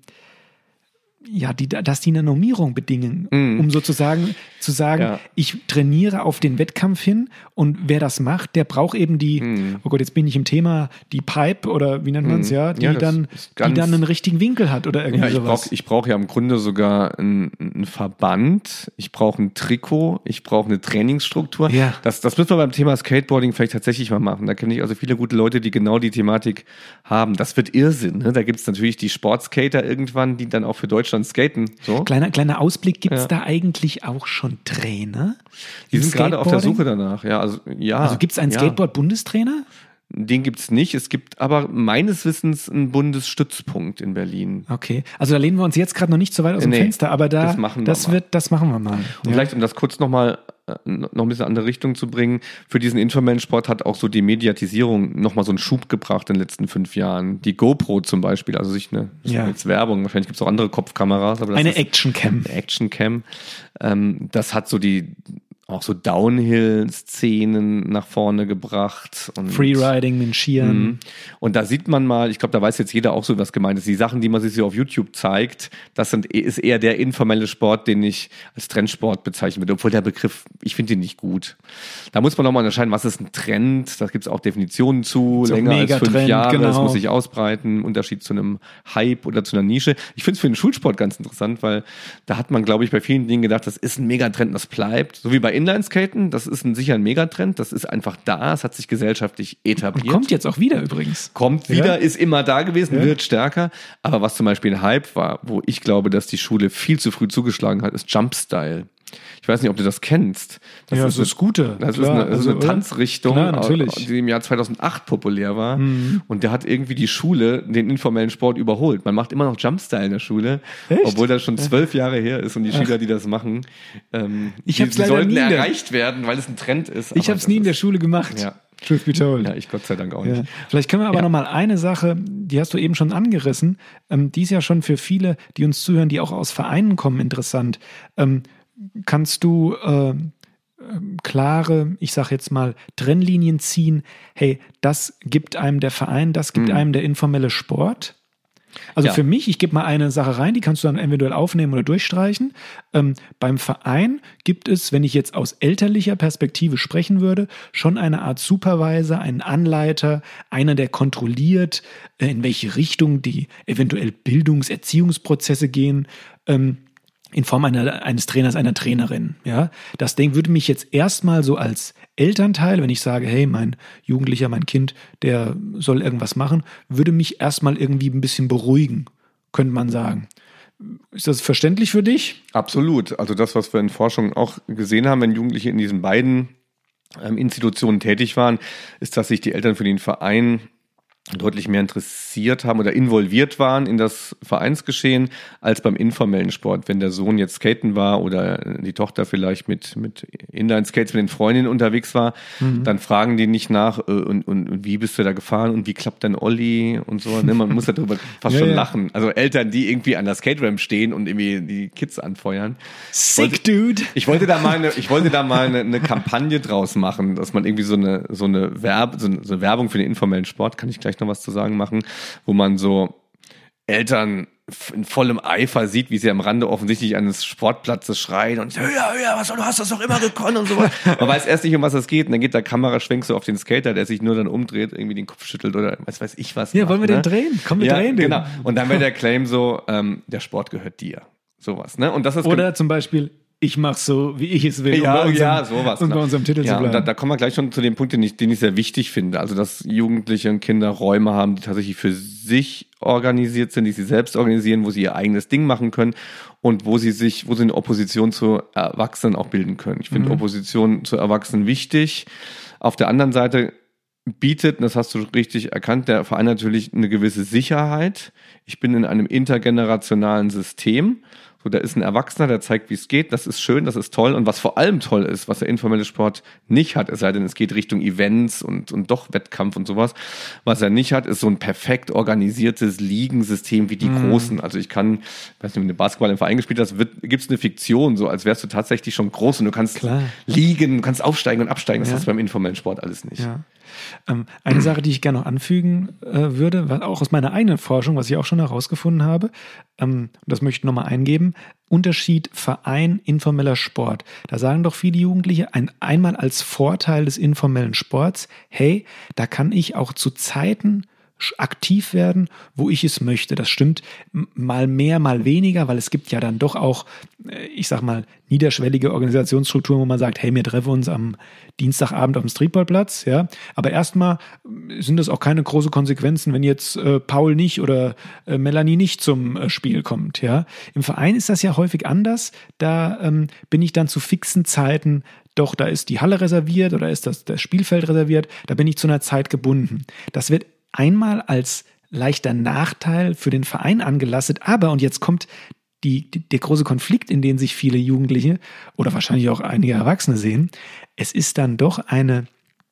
ja, die, dass die eine Normierung bedingen, mm. um sozusagen zu sagen, ja. ich trainiere auf den Wettkampf hin und wer das macht, der braucht eben die, mm. oh Gott, jetzt bin ich im Thema, die Pipe oder wie nennt man es, mm. ja, die, ja, dann, die dann einen richtigen Winkel hat oder irgendwie ja, ich sowas. Brauch, ich brauche ja im Grunde sogar einen, einen Verband, ich brauche ein Trikot, ich brauche eine Trainingsstruktur. Ja. Das, das müssen wir beim Thema Skateboarding vielleicht tatsächlich mal machen. Da kenne ich also viele gute Leute, die genau die Thematik haben. Das wird Irrsinn. Ne? Da gibt es natürlich die Sportskater irgendwann, die dann auch für Deutschland skaten. So. Kleiner, kleiner Ausblick, gibt es ja. da eigentlich auch schon Trainer? Die sind gerade auf der Suche danach. Ja, also ja, also gibt es einen ja. Skateboard-Bundestrainer? Den gibt es nicht. Es gibt aber meines Wissens einen Bundesstützpunkt in Berlin. Okay, also da lehnen wir uns jetzt gerade noch nicht so weit aus dem nee, Fenster, aber da, das, machen wir das, wird, das machen wir mal. Und ja. vielleicht, um das kurz nochmal noch ein bisschen andere Richtung zu bringen, für diesen informellen Sport hat auch so die Mediatisierung nochmal so einen Schub gebracht in den letzten fünf Jahren. Die GoPro zum Beispiel, also sich eine, ja. jetzt Werbung, wahrscheinlich gibt es auch andere Kopfkameras. Aber das eine ist Actioncam. Eine Actioncam. Ähm, das hat so die auch so Downhill-Szenen nach vorne gebracht. Und Freeriding mit Skiern. Mh. Und da sieht man mal, ich glaube, da weiß jetzt jeder auch so, was gemeint ist. Die Sachen, die man sich so auf YouTube zeigt, das sind, ist eher der informelle Sport, den ich als Trendsport bezeichnen würde. Obwohl der Begriff, ich finde ihn nicht gut. Da muss man nochmal unterscheiden, was ist ein Trend? Da gibt es auch Definitionen zu. Länger als fünf Jahre, genau. Das muss sich ausbreiten. Im Unterschied zu einem Hype oder zu einer Nische. Ich finde es für den Schulsport ganz interessant, weil da hat man, glaube ich, bei vielen Dingen gedacht, das ist ein Megatrend, das bleibt. So wie bei Inlineskaten, das ist ein, sicher ein Megatrend, das ist einfach da, es hat sich gesellschaftlich etabliert. Und kommt jetzt auch wieder übrigens. Kommt wieder, ja. Ist immer da gewesen, ja. Wird stärker. Aber was zum Beispiel ein Hype war, wo ich glaube, dass die Schule viel zu früh zugeschlagen hat, ist Jumpstyle. Ich weiß nicht, ob du das kennst. Das ja, ist so eine, Scooter. Das Klar, ist eine, das ist eine also, Tanzrichtung, Klar, natürlich. die im Jahr zweitausendacht populär war. Mhm. Und der hat irgendwie die Schule, den informellen Sport überholt. Man macht immer noch Jumpstyle in der Schule, Echt? Obwohl das schon zwölf Jahre her ist und die Ach. Schüler, die das machen, ähm, ich die, hab's die leider sollten nie erreicht werden, weil es ein Trend ist. Ich habe es nie in der Schule gemacht. Ja. Truth be told. Ja, ich Gott sei Dank auch nicht. Ja. Vielleicht können wir aber ja. noch mal eine Sache, die hast du eben schon angerissen, ähm, die ist ja schon für viele, die uns zuhören, die auch aus Vereinen kommen, interessant. Ähm, kannst du äh, klare, ich sag jetzt mal, Trennlinien ziehen? Hey, das gibt einem der Verein, das gibt mhm. einem der informelle Sport? Also ja. für mich, ich gebe mal eine Sache rein, die kannst du dann eventuell aufnehmen oder durchstreichen. Ähm, beim Verein gibt es, wenn ich jetzt aus elterlicher Perspektive sprechen würde, schon eine Art Supervisor, einen Anleiter, einer, der kontrolliert, äh, in welche Richtung die eventuell Bildungs-, Erziehungsprozesse gehen, ähm, in Form einer, eines Trainers, einer Trainerin. Ja, das Ding würde mich jetzt erstmal so als Elternteil, wenn ich sage, hey, mein Jugendlicher, mein Kind, der soll irgendwas machen, würde mich erstmal irgendwie ein bisschen beruhigen, könnte man sagen. Ist das verständlich für dich? Absolut. Also das, was wir in Forschung auch gesehen haben, wenn Jugendliche in diesen beiden ähm, Institutionen tätig waren, ist, dass sich die Eltern für den Verein deutlich mehr interessiert haben oder involviert waren in das Vereinsgeschehen als beim informellen Sport. Wenn der Sohn jetzt skaten war oder die Tochter vielleicht mit mit Inline-Skates mit den Freundinnen unterwegs war, mhm. dann fragen die nicht nach, äh, und, und, und wie bist du da gefahren und wie klappt dein Olli und so. Ne? Man muss darüber fast ja, schon ja. lachen. Also Eltern, die irgendwie an der Skate-Ramp stehen und irgendwie die Kids anfeuern. Sick, wollte, dude! Ich wollte da mal eine, ich wollte da mal eine, eine Kampagne draus machen, dass man irgendwie so eine so eine, Werb, so eine, so eine Werbung für den informellen Sport, kann ich gleich noch was zu sagen machen, wo man so Eltern in vollem Eifer sieht, wie sie am Rande offensichtlich eines Sportplatzes schreien und höher, höher, was, du hast das doch immer gekonnt und sowas. Man weiß erst nicht, um was es geht und dann geht der Kameraschwenk so auf den Skater, der sich nur dann umdreht, irgendwie den Kopf schüttelt oder was weiß ich was. Ja, macht, wollen wir ne? den drehen? Komm, wir ja, drehen den. Genau. Und dann wäre der Claim so, ähm, der Sport gehört dir. Sowas, ne? Und das ist oder zum Beispiel, ich mache so, wie ich es will. Ja, um bei unserem, ja, sowas. um bei unserem Titel ja, zu bleiben. Da, da kommen wir gleich schon zu dem Punkt, den ich, den ich sehr wichtig finde. Also, dass Jugendliche und Kinder Räume haben, die tatsächlich für sich organisiert sind, die sie selbst organisieren, wo sie ihr eigenes Ding machen können und wo sie sich, wo sie eine Opposition zu Erwachsenen auch bilden können. Ich finde mhm. Opposition zu Erwachsenen wichtig. Auf der anderen Seite bietet, und das hast du richtig erkannt, der Verein natürlich eine gewisse Sicherheit. Ich bin in einem intergenerationalen System. So, da ist ein Erwachsener, der zeigt, wie es geht. Das ist schön, das ist toll. Und was vor allem toll ist, was der informelle Sport nicht hat, es sei denn, es geht Richtung Events und, und doch Wettkampf und sowas. Was er nicht hat, ist so ein perfekt organisiertes Ligensystem wie die mhm. Großen. Also ich kann, ich weiß nicht, wenn du Basketball im Verein gespielt hast, gibt es eine Fiktion, so als wärst du tatsächlich schon groß und du kannst Klar. liegen, du kannst aufsteigen und absteigen. Das ja. hast du beim informellen Sport alles nicht. Ja. Ähm, eine Sache, die ich gerne noch anfügen äh, würde, was auch aus meiner eigenen Forschung, was ich auch schon herausgefunden habe, ähm, das möchte ich nochmal eingeben, Unterschied Verein, informeller Sport. Da sagen doch viele Jugendliche ein, einmal als Vorteil des informellen Sports, hey, da kann ich auch zu Zeiten aktiv werden, wo ich es möchte. Das stimmt mal mehr, mal weniger, weil es gibt ja dann doch auch, ich sag mal, niederschwellige Organisationsstrukturen, wo man sagt, hey, wir treffen uns am Dienstagabend auf dem Streetballplatz, ja. Aber erstmal sind das auch keine großen Konsequenzen, wenn jetzt äh, Paul nicht oder äh, Melanie nicht zum äh, Spiel kommt, ja. Im Verein ist das ja häufig anders. Da ähm, bin ich dann zu fixen Zeiten, doch, da ist die Halle reserviert oder ist das, das Spielfeld reserviert, da bin ich zu einer Zeit gebunden. Das wird einmal als leichter Nachteil für den Verein angelastet, aber, und jetzt kommt die, die, der große Konflikt, in den sich viele Jugendliche oder wahrscheinlich auch einige Erwachsene sehen, es ist dann doch eine,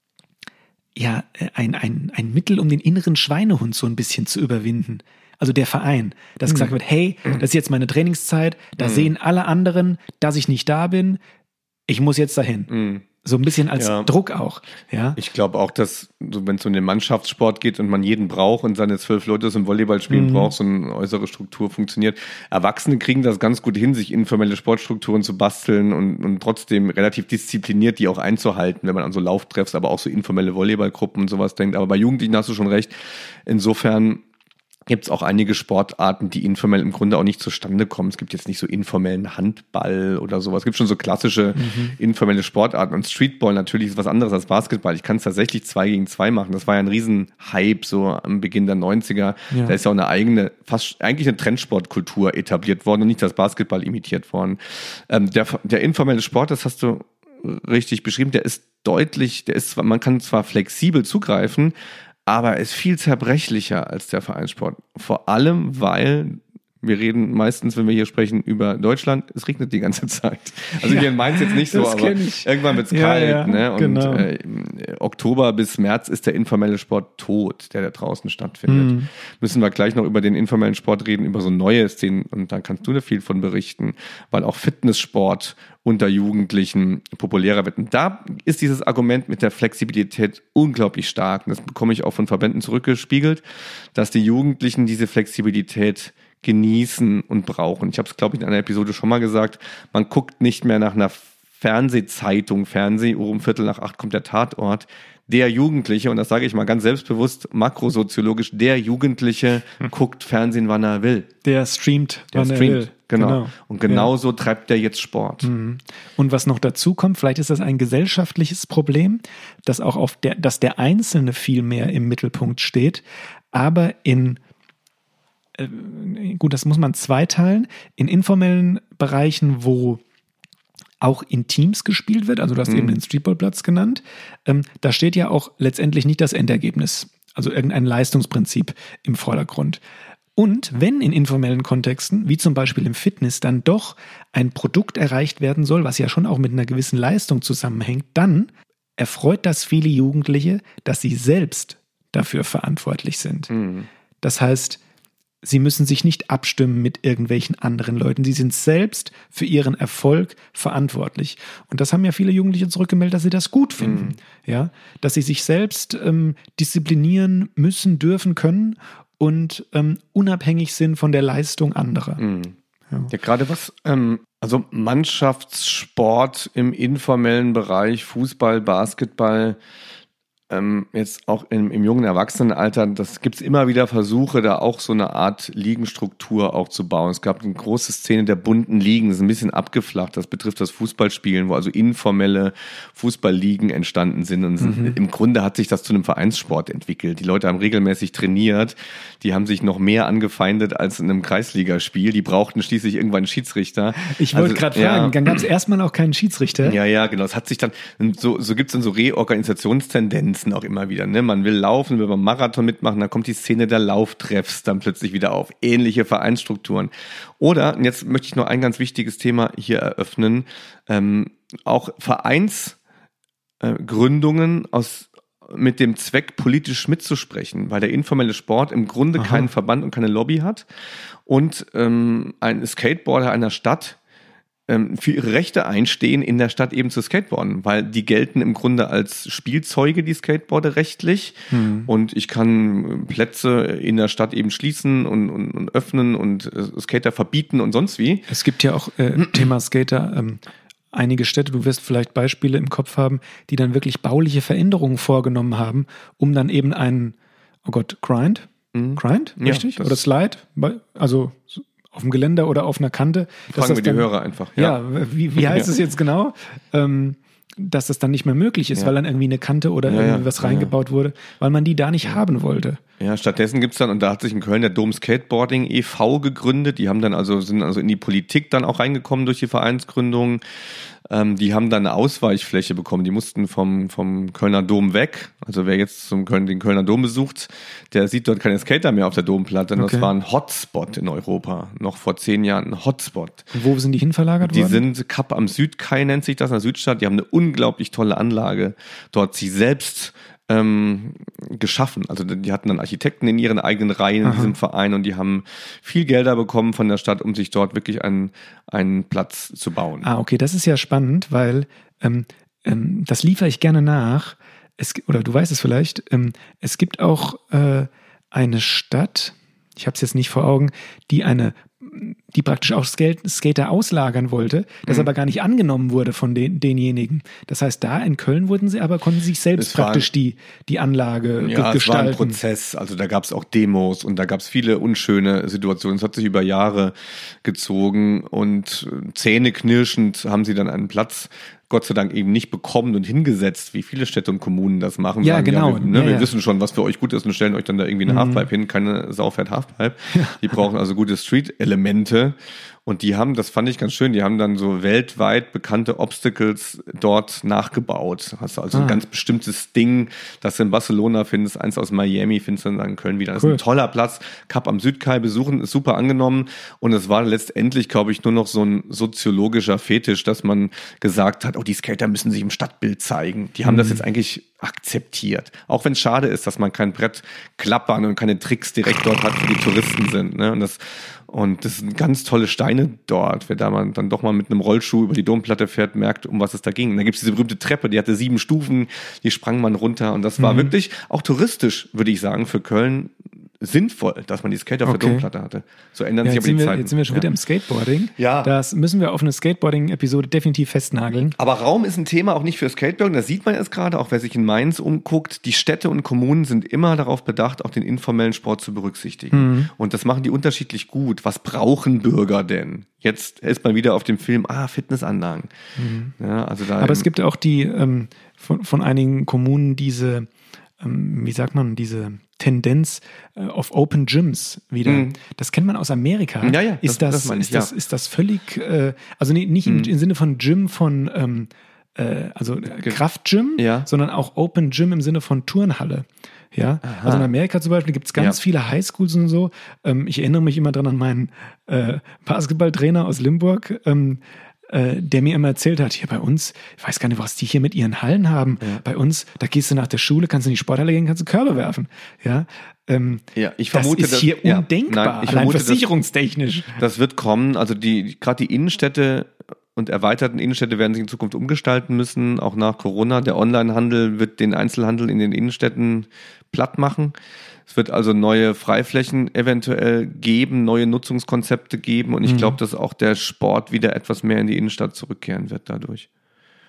ja, ein, ein, ein Mittel, um den inneren Schweinehund so ein bisschen zu überwinden. Also der Verein, dass mhm. gesagt wird, hey, das ist jetzt meine Trainingszeit, da mhm. sehen alle anderen, dass ich nicht da bin, ich muss jetzt dahin. Mhm. So ein bisschen als ja. Druck auch. Ja. Ich glaube auch, dass, so, wenn es um den Mannschaftssport geht und man jeden braucht und seine zwölf Leute zum Volleyballspielen mhm. braucht, so eine äußere Struktur funktioniert. Erwachsene kriegen das ganz gut hin, sich informelle Sportstrukturen zu basteln und, und trotzdem relativ diszipliniert die auch einzuhalten, wenn man an so Lauftreffs, aber auch so informelle Volleyballgruppen und sowas denkt. Aber bei Jugendlichen hast du schon recht. Insofern gibt es auch einige Sportarten, die informell im Grunde auch nicht zustande kommen. Es gibt jetzt nicht so informellen Handball oder sowas. Es gibt schon so klassische mhm. informelle Sportarten. Und Streetball natürlich ist was anderes als Basketball. Ich kann es tatsächlich zwei gegen zwei machen. Das war ja ein Riesenhype so am Beginn der neunziger. Ja. Da ist ja auch eine eigene, fast eigentlich eine Trendsportkultur etabliert worden und nicht das Basketball imitiert worden. Ähm, der, der informelle Sport, das hast du richtig beschrieben, der ist deutlich, der ist zwar, man kann zwar flexibel zugreifen, aber ist viel zerbrechlicher als der Vereinssport. Vor allem, weil wir reden meistens, wenn wir hier sprechen, über Deutschland, es regnet die ganze Zeit. Also ja, hier in Mainz jetzt nicht so, aber irgendwann wird's ja, kalt. Ja, ne? Und genau. äh, Oktober bis März ist der informelle Sport tot, der da draußen stattfindet. Mhm. Müssen wir gleich noch über den informellen Sport reden, über so neue Szenen. Und da kannst du da viel von berichten, weil auch Fitnesssport unter Jugendlichen populärer wird. Und da ist dieses Argument mit der Flexibilität unglaublich stark. Und das bekomme ich auch von Verbänden zurückgespiegelt, dass die Jugendlichen diese Flexibilität genießen und brauchen. Ich habe es, glaube ich, in einer Episode schon mal gesagt, man guckt nicht mehr nach einer Fernsehzeitung, Fernseh, um Viertel nach acht kommt der Tatort. Der Jugendliche, und das sage ich mal ganz selbstbewusst, makrosoziologisch, der Jugendliche hm. guckt Fernsehen, wann er will. Der streamt, der wann streamt, er will. Genau. genau. Und genauso ja. treibt der jetzt Sport. Mhm. Und was noch dazu kommt, vielleicht ist das ein gesellschaftliches Problem, dass auch auf der, dass der Einzelne viel mehr im Mittelpunkt steht, aber in gut, das muss man zweiteilen. In informellen Bereichen, wo auch in Teams gespielt wird, also du hast mhm. eben den Streetballplatz genannt, ähm, da steht ja auch letztendlich nicht das Endergebnis, also irgendein Leistungsprinzip im Vordergrund. Und wenn in informellen Kontexten, wie zum Beispiel im Fitness, dann doch ein Produkt erreicht werden soll, was ja schon auch mit einer gewissen Leistung zusammenhängt, dann erfreut das viele Jugendliche, dass sie selbst dafür verantwortlich sind. Mhm. Das heißt, sie müssen sich nicht abstimmen mit irgendwelchen anderen Leuten. Sie sind selbst für ihren Erfolg verantwortlich. Und das haben ja viele Jugendliche zurückgemeldet, dass sie das gut finden. Mhm. Ja, dass sie sich selbst ähm, disziplinieren müssen, dürfen, können und ähm, unabhängig sind von der Leistung anderer. Mhm. Ja. ja, gerade was, ähm, also Mannschaftssport im informellen Bereich, Fußball, Basketball, ähm, jetzt auch im, im jungen Erwachsenenalter, das gibt es immer wieder Versuche, da auch so eine Art Ligenstruktur auch zu bauen. Es gab eine große Szene der bunten Ligen, das ist ein bisschen abgeflacht, das betrifft das Fußballspielen, wo also informelle Fußballligen entstanden sind. Und mhm. im Grunde hat sich das zu einem Vereinssport entwickelt. Die Leute haben regelmäßig trainiert, die haben sich noch mehr angefeindet als in einem Kreisligaspiel. Die brauchten schließlich irgendwann einen Schiedsrichter. Ich wollte also, gerade fragen, ja, dann gab es erstmal auch keinen Schiedsrichter. Ja, ja, genau. Es hat sich dann, so, so gibt es dann so Reorganisationstendenzen auch immer wieder. Ne? Man will laufen, will beim Marathon mitmachen, dann kommt die Szene der Lauftreffs dann plötzlich wieder auf. Ähnliche Vereinsstrukturen. Oder, und jetzt möchte ich noch ein ganz wichtiges Thema hier eröffnen, ähm, auch Vereinsgründungen äh, aus mit dem Zweck, politisch mitzusprechen, weil der informelle Sport im Grunde Aha. keinen Verband und keine Lobby hat und ähm, ein Skateboarder einer Stadt ähm, für ihre Rechte einstehen, in der Stadt eben zu skateboarden, weil die gelten im Grunde als Spielzeuge, die Skateboarder rechtlich hm. und ich kann Plätze in der Stadt eben schließen und, und, und öffnen und äh, Skater verbieten und sonst wie. Es gibt ja auch äh, Thema Skater, ähm, einige Städte, du wirst vielleicht Beispiele im Kopf haben, die dann wirklich bauliche Veränderungen vorgenommen haben, um dann eben einen, oh Gott, Grind? Mhm. Grind? Richtig? Ja, oder Slide? Also auf dem Geländer oder auf einer Kante. Fragen wir die dann, Hörer einfach. Ja, ja wie, wie heißt es jetzt genau? Ähm, dass das dann nicht mehr möglich ist, ja. weil dann irgendwie eine Kante oder ja, irgendwie was ja, reingebaut ja. wurde, weil man die da nicht ja. haben wollte. Ja, stattdessen gibt's dann, und da hat sich in Köln der Dom Skateboarding e V gegründet, die haben dann also, sind also in die Politik dann auch reingekommen durch die Vereinsgründung. Ähm, die haben dann eine Ausweichfläche bekommen, die mussten vom, vom Kölner Dom weg. Also wer jetzt zum Köln, den Kölner Dom besucht, der sieht dort keine Skater mehr auf der Domplatte. Okay. Das war ein Hotspot in Europa, noch vor zehn Jahren ein Hotspot. Und wo sind die hin verlagert die worden? Die sind Kap am Südkai, nennt sich das, in der Südstadt. Die haben eine unglaublich tolle Anlage dort, sie selbst ähm, geschaffen. Also die hatten dann Architekten in ihren eigenen Reihen in Aha. diesem Verein und die haben viel Gelder bekommen von der Stadt, um sich dort wirklich einen, einen Platz zu bauen. Ah, okay, das ist ja spannend, weil ähm, ähm, das liefere ich gerne nach. Es, oder du weißt es vielleicht, ähm, es gibt auch äh, eine Stadt, ich habe es jetzt nicht vor Augen, die eine die praktisch auch Skater auslagern wollte, das mhm. aber gar nicht angenommen wurde von den, denjenigen. Das heißt, da in Köln wurden sie aber, konnten sich selbst es praktisch war, die, die Anlage ja, gestalten. Es war ein Prozess, also da gab es auch Demos und da gab es viele unschöne Situationen. Es hat sich über Jahre gezogen und zähneknirschend haben sie dann einen Platz Gott sei Dank eben nicht bekommen und hingesetzt, wie viele Städte und Kommunen das machen. Ja, sagen, genau. Ja, wir, ne, ja, wir ja. wissen schon, was für euch gut ist und stellen euch dann da irgendwie eine mhm. Halfpipe hin. Keine Sau fährt Halfpipe. Ja. Die brauchen also gute Street-Elemente. Und die haben, das fand ich ganz schön, die haben dann so weltweit bekannte Obstacles dort nachgebaut. Hast du also ah. ein ganz bestimmtes Ding, das du in Barcelona findest, eins aus Miami findest du dann in Köln wieder. Das cool. ist ein toller Platz. Kap am Südkai besuchen, ist super angenommen. Und es war letztendlich, glaube ich, nur noch so ein soziologischer Fetisch, dass man gesagt hat, oh, die Skater müssen sich im Stadtbild zeigen. Die haben mhm. das jetzt eigentlich akzeptiert. Auch wenn es schade ist, dass man kein Brett klappern und keine Tricks direkt dort hat, für die Touristen sind. Ne? Und das Und das sind ganz tolle Steine dort. Wer da mal dann doch mal mit einem Rollschuh über die Domplatte fährt, merkt, um was es da ging. Und da gibt es diese berühmte Treppe, die hatte sieben Stufen, die sprang man runter. Und das war mhm. wirklich auch touristisch, würde ich sagen, für Köln sinnvoll, dass man die Skater auf okay. der Domplatte hatte. So ändern ja, sich aber die wir, Zeiten. Jetzt sind wir schon ja. wieder im Skateboarding. Ja. Das müssen wir auf eine Skateboarding-Episode definitiv festnageln. Aber Raum ist ein Thema auch nicht für Skateboarding. Das sieht man jetzt gerade, auch wer sich in Mainz umguckt. Die Städte und Kommunen sind immer darauf bedacht, auch den informellen Sport zu berücksichtigen. Mhm. Und das machen die unterschiedlich gut. Was brauchen Bürger denn? Jetzt ist man wieder auf dem Film, ah, Fitnessanlagen. Mhm. Ja, also da aber es gibt auch die ähm, von, von einigen Kommunen diese, ähm, wie sagt man, diese Tendenz äh, auf Open Gyms wieder. Mhm. Das kennt man aus Amerika. Ja, ja, ist das, das, das, ist, ja. das ist das völlig, äh, also nee, nicht mhm. im, im Sinne von Gym von, ähm, äh, also Ge- Kraftgym, ja. sondern auch Open Gym im Sinne von Turnhalle. Ja, Aha. also in Amerika zum Beispiel gibt es ganz ja. viele Highschools und so. Ähm, ich erinnere mich immer dran an meinen äh, Basketballtrainer aus Limburg, ähm, äh, der mir immer erzählt hat, hier bei uns, ich weiß gar nicht, was die hier mit ihren Hallen haben. Ja. Bei uns, da gehst du nach der Schule, kannst du in die Sporthalle gehen, kannst du Körbe werfen. Ja, ähm, ja ich vermute, das ist hier das, undenkbar, ja, nein, ich allein vermute, versicherungstechnisch. Das, das wird kommen, also die gerade die Innenstädte und erweiterten Innenstädte werden sich in Zukunft umgestalten müssen, auch nach Corona. Der Onlinehandel wird den Einzelhandel in den Innenstädten platt machen. Es wird also neue Freiflächen eventuell geben, neue Nutzungskonzepte geben und ich mhm. glaube, dass auch der Sport wieder etwas mehr in die Innenstadt zurückkehren wird dadurch.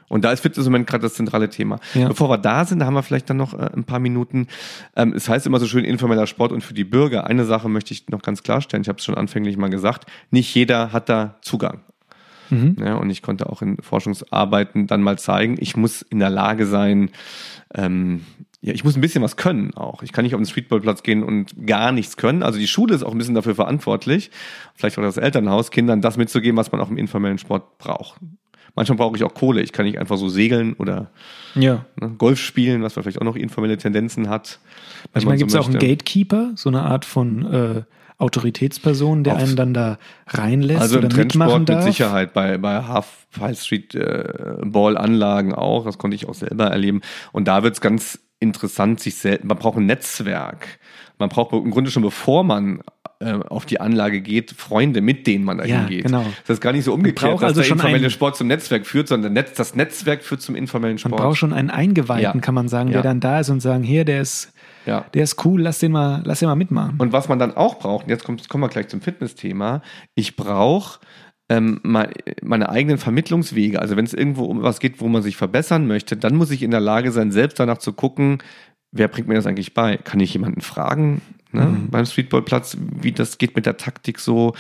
Und da ist Fitness im Moment gerade das zentrale Thema. Ja. Bevor wir da sind, da haben wir vielleicht dann noch äh, ein paar Minuten. Ähm, es heißt immer so schön informeller Sport und für die Bürger. Eine Sache möchte ich noch ganz klarstellen. Ich habe es schon anfänglich mal gesagt. Nicht jeder hat da Zugang. Mhm. Ja, und ich konnte auch in Forschungsarbeiten dann mal zeigen, ich muss in der Lage sein, ähm, ja, ich muss ein bisschen was können auch. Ich kann nicht auf den Streetballplatz gehen und gar nichts können. Also die Schule ist auch ein bisschen dafür verantwortlich, vielleicht auch das Elternhaus, Kindern das mitzugeben, was man auch im informellen Sport braucht. Manchmal brauche ich auch Kohle. Ich kann nicht einfach so segeln oder ja. ne, Golf spielen, was vielleicht auch noch informelle Tendenzen hat. Manchmal gibt es so auch einen Gatekeeper, so eine Art von äh, Autoritätsperson, der Auf, einen dann da reinlässt also oder im mitmachen Trendsport darf. Mit Sicherheit, bei, bei Half High Street äh, Ball Anlagen auch, das konnte ich auch selber erleben. Und da wird es ganz interessant, sich selten, man braucht ein Netzwerk. Man braucht im Grunde schon, bevor man äh, auf die Anlage geht, Freunde, mit denen man dahin ja, geht. Genau. Das ist gar nicht so umgekehrt, dass also der informelle ein, Sport zum Netzwerk führt, sondern Netz, das Netzwerk führt zum informellen Sport. Man braucht schon einen Eingeweihten, ja. kann man sagen, der ja. dann da ist und sagen, hier, der ist Ja. Der ist cool, lass den mal, lass den mal mitmachen. Und was man dann auch braucht, jetzt kommt, kommen wir gleich zum Fitnessthema, ich brauche ähm, meine eigenen Vermittlungswege. Also wenn es irgendwo um was geht, wo man sich verbessern möchte, dann muss ich in der Lage sein, selbst danach zu gucken, wer bringt mir das eigentlich bei? Kann ich jemanden fragen, ne, mhm. beim Streetballplatz, wie das geht mit der Taktik so?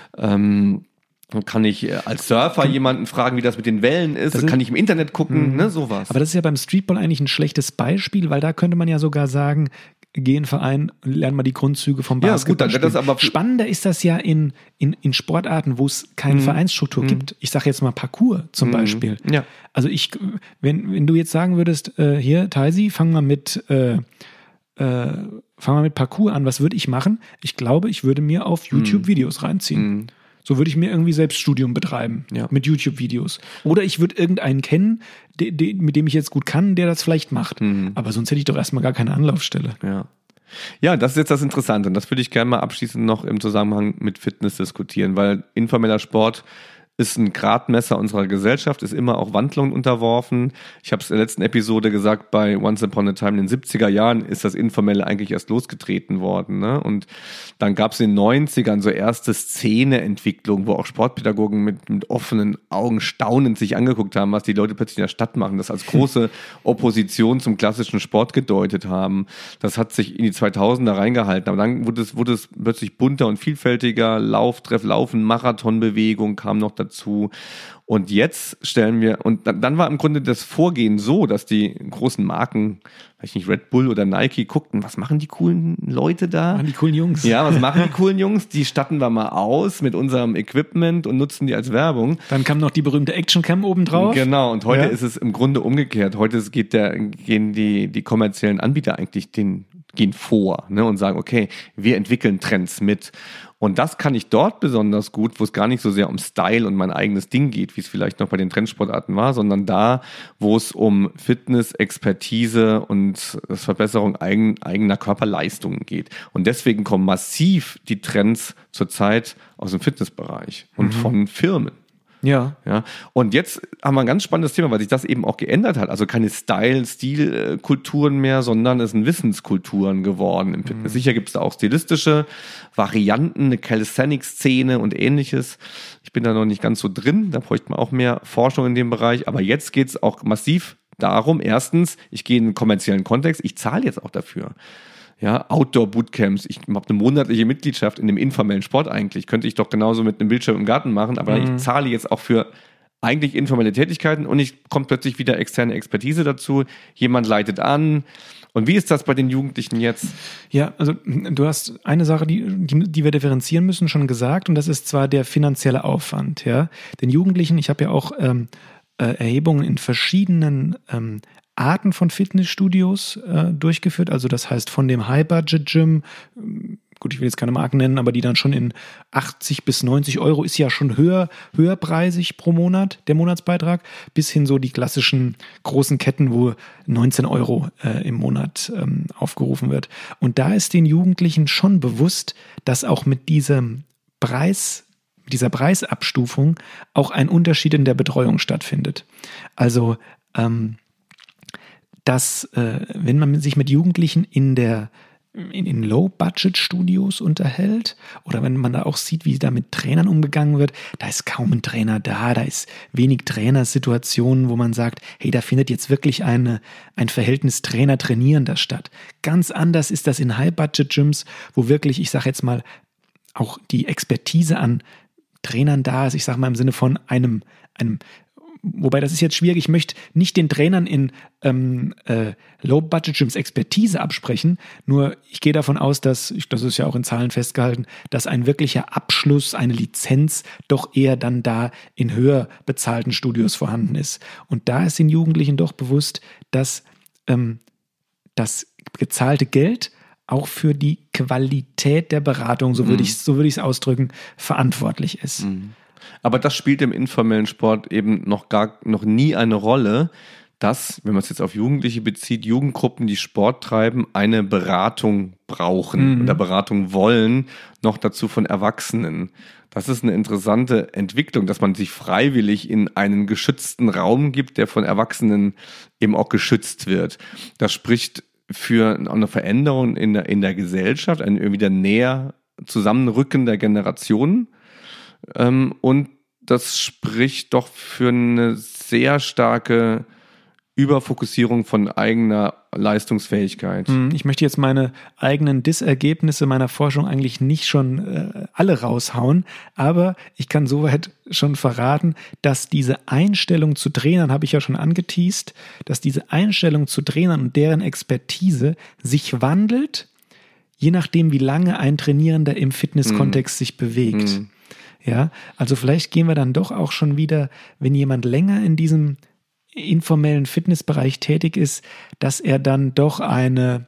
Ähm, Kann ich als Surfer jemanden fragen, wie das mit den Wellen ist? ist Kann ich im Internet gucken? Mh. Ne, sowas. Aber das ist ja beim Streetball eigentlich ein schlechtes Beispiel, weil da könnte man ja sogar sagen, geh in den Verein, lern mal die Grundzüge vom Basketball. Ja, gut, dann das aber spannender ist das ja in, in, in Sportarten, wo es keine mhm. Vereinsstruktur mhm. gibt. Ich sage jetzt mal Parkour zum mhm. Beispiel. Ja. Also ich, wenn, wenn du jetzt sagen würdest, äh, hier, Taisi, fang mal mit äh, äh, fang mal mit Parkour an, was würde ich machen? Ich glaube, ich würde mir auf YouTube mhm. Videos reinziehen. Mhm. So würde ich mir irgendwie Selbststudium betreiben, ja. mit YouTube-Videos. Oder ich würde irgendeinen kennen, de, de, mit dem ich jetzt gut kann, der das vielleicht macht. Mhm. Aber sonst hätte ich doch erstmal gar keine Anlaufstelle. Ja. Ja, das ist jetzt das Interessante. Und das würde ich gerne mal abschließend noch im Zusammenhang mit Fitness diskutieren, weil informeller Sport ist ein Gradmesser unserer Gesellschaft, ist immer auch Wandlungen unterworfen. Ich habe es in der letzten Episode gesagt, bei Once Upon a Time in den siebziger Jahren ist das Informelle eigentlich erst losgetreten worden. Ne? Und dann gab es in den neunzigern so erste Szeneentwicklung, wo auch Sportpädagogen mit, mit offenen Augen staunend sich angeguckt haben, was die Leute plötzlich in der Stadt machen, das als große Opposition zum klassischen Sport gedeutet haben. Das hat sich in die zweitausender reingehalten. Aber dann wurde es, wurde es plötzlich bunter und vielfältiger. Lauf, Treff, Laufen, Marathonbewegung kam noch dazu. dazu. Und jetzt stellen wir, und dann, dann war im Grunde das Vorgehen so, dass die großen Marken, weiß nicht, Red Bull oder Nike, guckten, was machen die coolen Leute da? Die coolen Jungs. Ja, was machen die coolen Jungs? Die statten wir mal aus mit unserem Equipment und nutzen die als Werbung. Dann kam noch die berühmte Actioncam oben drauf. Genau, und heute ja. ist es im Grunde umgekehrt. Heute geht der, gehen die, die kommerziellen Anbieter eigentlich den, gehen vor, ne, und sagen, okay, wir entwickeln Trends mit. Und das kann ich dort besonders gut, wo es gar nicht so sehr um Style und mein eigenes Ding geht, wie es vielleicht noch bei den Trendsportarten war, sondern da, wo es um Fitness, Expertise und Verbesserung eigen, eigener Körperleistungen geht. Und deswegen kommen massiv die Trends zurzeit aus dem Fitnessbereich und mhm. von Firmen. Ja. Ja. Und jetzt haben wir ein ganz spannendes Thema, weil sich das eben auch geändert hat. Also keine Style-, Stil-Kulturen mehr, sondern es sind Wissenskulturen geworden im Fitness. Mhm. Sicher gibt es da auch stilistische Varianten, eine Calisthenics-Szene und ähnliches. Ich bin da noch nicht ganz so drin, da bräuchte man auch mehr Forschung in dem Bereich. Aber jetzt geht es auch massiv darum, erstens, ich gehe in einen kommerziellen Kontext, ich zahle jetzt auch dafür. Ja, Outdoor-Bootcamps. Ich habe eine monatliche Mitgliedschaft in dem informellen Sport eigentlich. Könnte ich doch genauso mit einem Bildschirm im Garten machen, aber mhm. ich zahle jetzt auch für eigentlich informelle Tätigkeiten und ich kommt plötzlich wieder externe Expertise dazu. Jemand leitet an. Und wie ist das bei den Jugendlichen jetzt? Ja, also du hast eine Sache, die, die, die wir differenzieren müssen, schon gesagt, und das ist zwar der finanzielle Aufwand. Ja, den Jugendlichen, ich habe ja auch ähm, äh, Erhebungen in verschiedenen ähm, Arten von Fitnessstudios äh, durchgeführt, also das heißt von dem High-Budget-Gym, gut, ich will jetzt keine Marken nennen, aber die dann schon in achtzig bis neunzig Euro, ist ja schon höher, höherpreisig pro Monat, der Monatsbeitrag, bis hin so die klassischen großen Ketten, wo neunzehn Euro äh, im Monat ähm, aufgerufen wird. Und da ist den Jugendlichen schon bewusst, dass auch mit diesem Preis, dieser Preisabstufung auch ein Unterschied in der Betreuung stattfindet. Also, ähm, dass, äh, wenn man sich mit Jugendlichen in der in, in Low-Budget-Studios unterhält oder wenn man da auch sieht, wie da mit Trainern umgegangen wird, da ist kaum ein Trainer da, da ist wenig Trainersituationen, wo man sagt, hey, da findet jetzt wirklich eine, ein Verhältnis Trainer-Trainierender statt. Ganz anders ist das in High-Budget-Gyms, wo wirklich, ich sage jetzt mal, auch die Expertise an Trainern da ist, ich sage mal im Sinne von einem, einem wobei das ist jetzt schwierig, ich möchte nicht den Trainern in ähm, äh, Low-Budget-Gyms Expertise absprechen, nur ich gehe davon aus, dass, das ist ja auch in Zahlen festgehalten, dass ein wirklicher Abschluss, eine Lizenz doch eher dann da in höher bezahlten Studios vorhanden ist. Und da ist den Jugendlichen doch bewusst, dass ähm, das gezahlte Geld auch für die Qualität der Beratung, so würde Mhm. ich so würde ich es ausdrücken, verantwortlich ist. Mhm. Aber das spielt im informellen Sport eben noch gar noch nie eine Rolle, dass, wenn man es jetzt auf Jugendliche bezieht, Jugendgruppen, die Sport treiben, eine Beratung brauchen Mhm. oder Beratung wollen, noch dazu von Erwachsenen. Das ist eine interessante Entwicklung, dass man sich freiwillig in einen geschützten Raum gibt, der von Erwachsenen eben auch geschützt wird. Das spricht für eine Veränderung in der, in der Gesellschaft, ein wieder näher Zusammenrücken der Generationen. Ähm, und das spricht doch für eine sehr starke Überfokussierung von eigener Leistungsfähigkeit. Ich möchte jetzt meine eigenen Dissergebnisse meiner Forschung eigentlich nicht schon äh, alle raushauen, aber ich kann soweit schon verraten, dass diese Einstellung zu Trainern, habe ich ja schon angeteast, dass diese Einstellung zu Trainern und deren Expertise sich wandelt, je nachdem, wie lange ein Trainierender im Fitnesskontext sich bewegt. Mhm. Ja, also vielleicht gehen wir dann doch auch schon wieder, wenn jemand länger in diesem informellen Fitnessbereich tätig ist, dass er dann doch eine,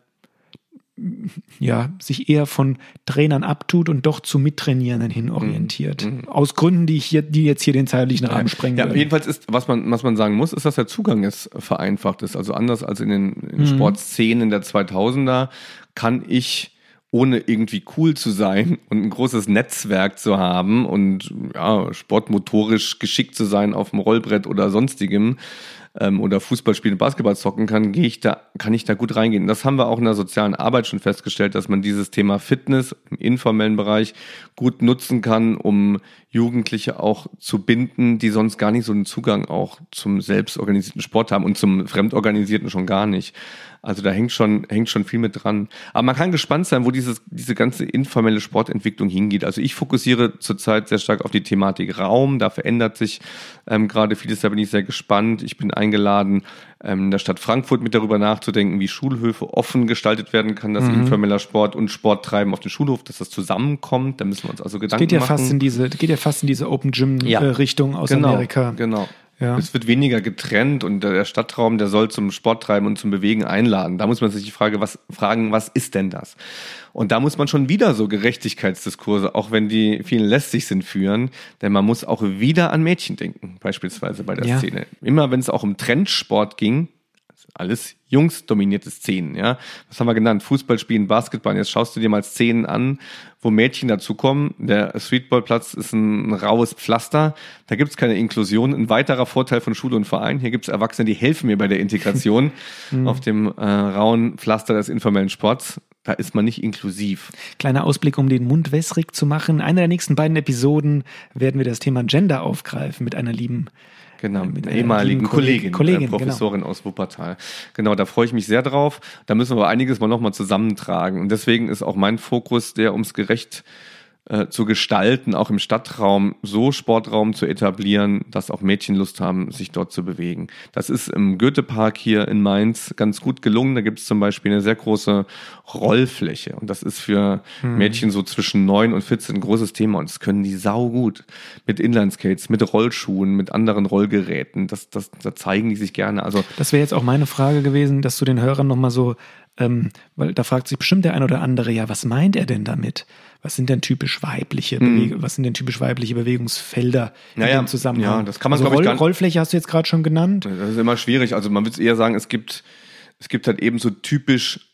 ja, sich eher von Trainern abtut und doch zu Mittrainierenden hin orientiert. Mhm. Aus Gründen, die ich hier, die jetzt hier den zeitlichen Rahmen sprengen. Ja, jedenfalls ist, was man, was man sagen muss, ist, dass der Zugang jetzt vereinfacht ist. Also anders als in den, in den mhm. Sportszenen der zweitausender kann ich, ohne irgendwie cool zu sein und ein großes Netzwerk zu haben und ja, sportmotorisch geschickt zu sein auf dem Rollbrett oder sonstigem ähm, oder Fußball spielen, Basketball zocken kann, gehe ich da, kann ich da gut reingehen. Das haben wir auch in der sozialen Arbeit schon festgestellt, dass man dieses Thema Fitness im informellen Bereich gut nutzen kann, um Jugendliche auch zu binden, die sonst gar nicht so einen Zugang auch zum selbstorganisierten Sport haben und zum fremdorganisierten schon gar nicht. Also da hängt schon, hängt schon viel mit dran. Aber man kann gespannt sein, wo dieses, diese ganze informelle Sportentwicklung hingeht. Also ich fokussiere zurzeit sehr stark auf die Thematik Raum. Da verändert sich ähm, gerade vieles, da bin ich sehr gespannt. Ich bin eingeladen, ähm, in der Stadt Frankfurt mit darüber nachzudenken, wie Schulhöfe offen gestaltet werden kann, dass mhm. informeller Sport und Sporttreiben auf den Schulhof, dass das zusammenkommt. Da müssen wir uns also Gedanken geht ja machen. Fast in diese, geht ja fast in diese Open Gym ja. Richtung aus genau, Amerika. Genau. Ja. Es wird weniger getrennt und der Stadtraum, der soll zum Sporttreiben und zum Bewegen einladen. Da muss man sich die Frage, was, fragen, was ist denn das? Und da muss man schon wieder so Gerechtigkeitsdiskurse, auch wenn die vielen lästig sind, führen. Denn man muss auch wieder an Mädchen denken, beispielsweise bei der ja. Szene. Immer wenn es auch um Trendsport ging, alles jungsdominierte Szenen, ja. Was haben wir genannt? Fußball spielen, Basketball. Jetzt schaust du dir mal Szenen an, wo Mädchen dazukommen. Der Streetballplatz ist ein raues Pflaster. Da gibt's keine Inklusion. Ein weiterer Vorteil von Schule und Verein. Hier gibt's Erwachsene, die helfen mir bei der Integration auf dem äh, rauen Pflaster des informellen Sports. Da ist man nicht inklusiv. Kleiner Ausblick, um den Mund wässrig zu machen. In einer der nächsten beiden Episoden werden wir das Thema Gender aufgreifen mit einer lieben Genau, mit einer ehemaligen Kollegin, Kollegin äh, Professorin genau. aus Wuppertal. Genau, da freue ich mich sehr drauf. Da müssen wir aber einiges mal nochmal zusammentragen. Und deswegen ist auch mein Fokus, der ums gerecht äh, zu gestalten, auch im Stadtraum so Sportraum zu etablieren, dass auch Mädchen Lust haben, sich dort zu bewegen. Das ist im Goethepark hier in Mainz ganz gut gelungen. Da gibt es zum Beispiel eine sehr große Rollfläche. Und das ist für hm. Mädchen so zwischen neun und vierzehn ein großes Thema. Und das können die saugut. Mit Inlineskates, mit Rollschuhen, mit anderen Rollgeräten. Das, das, da zeigen die sich gerne. Also das wäre jetzt auch meine Frage gewesen, dass du den Hörern nochmal so, ähm, weil da fragt sich bestimmt der ein oder andere, ja, was meint er denn damit? Was sind denn typisch weibliche Beweg- mm. was sind denn typisch weibliche Bewegungsfelder in naja, dem Zusammenhang? Ja, das kann man, also glaube ich, Roll- Rollfläche hast du jetzt gerade schon genannt. Das ist immer schwierig. Also man würde eher sagen, es gibt, es gibt halt eben so typisch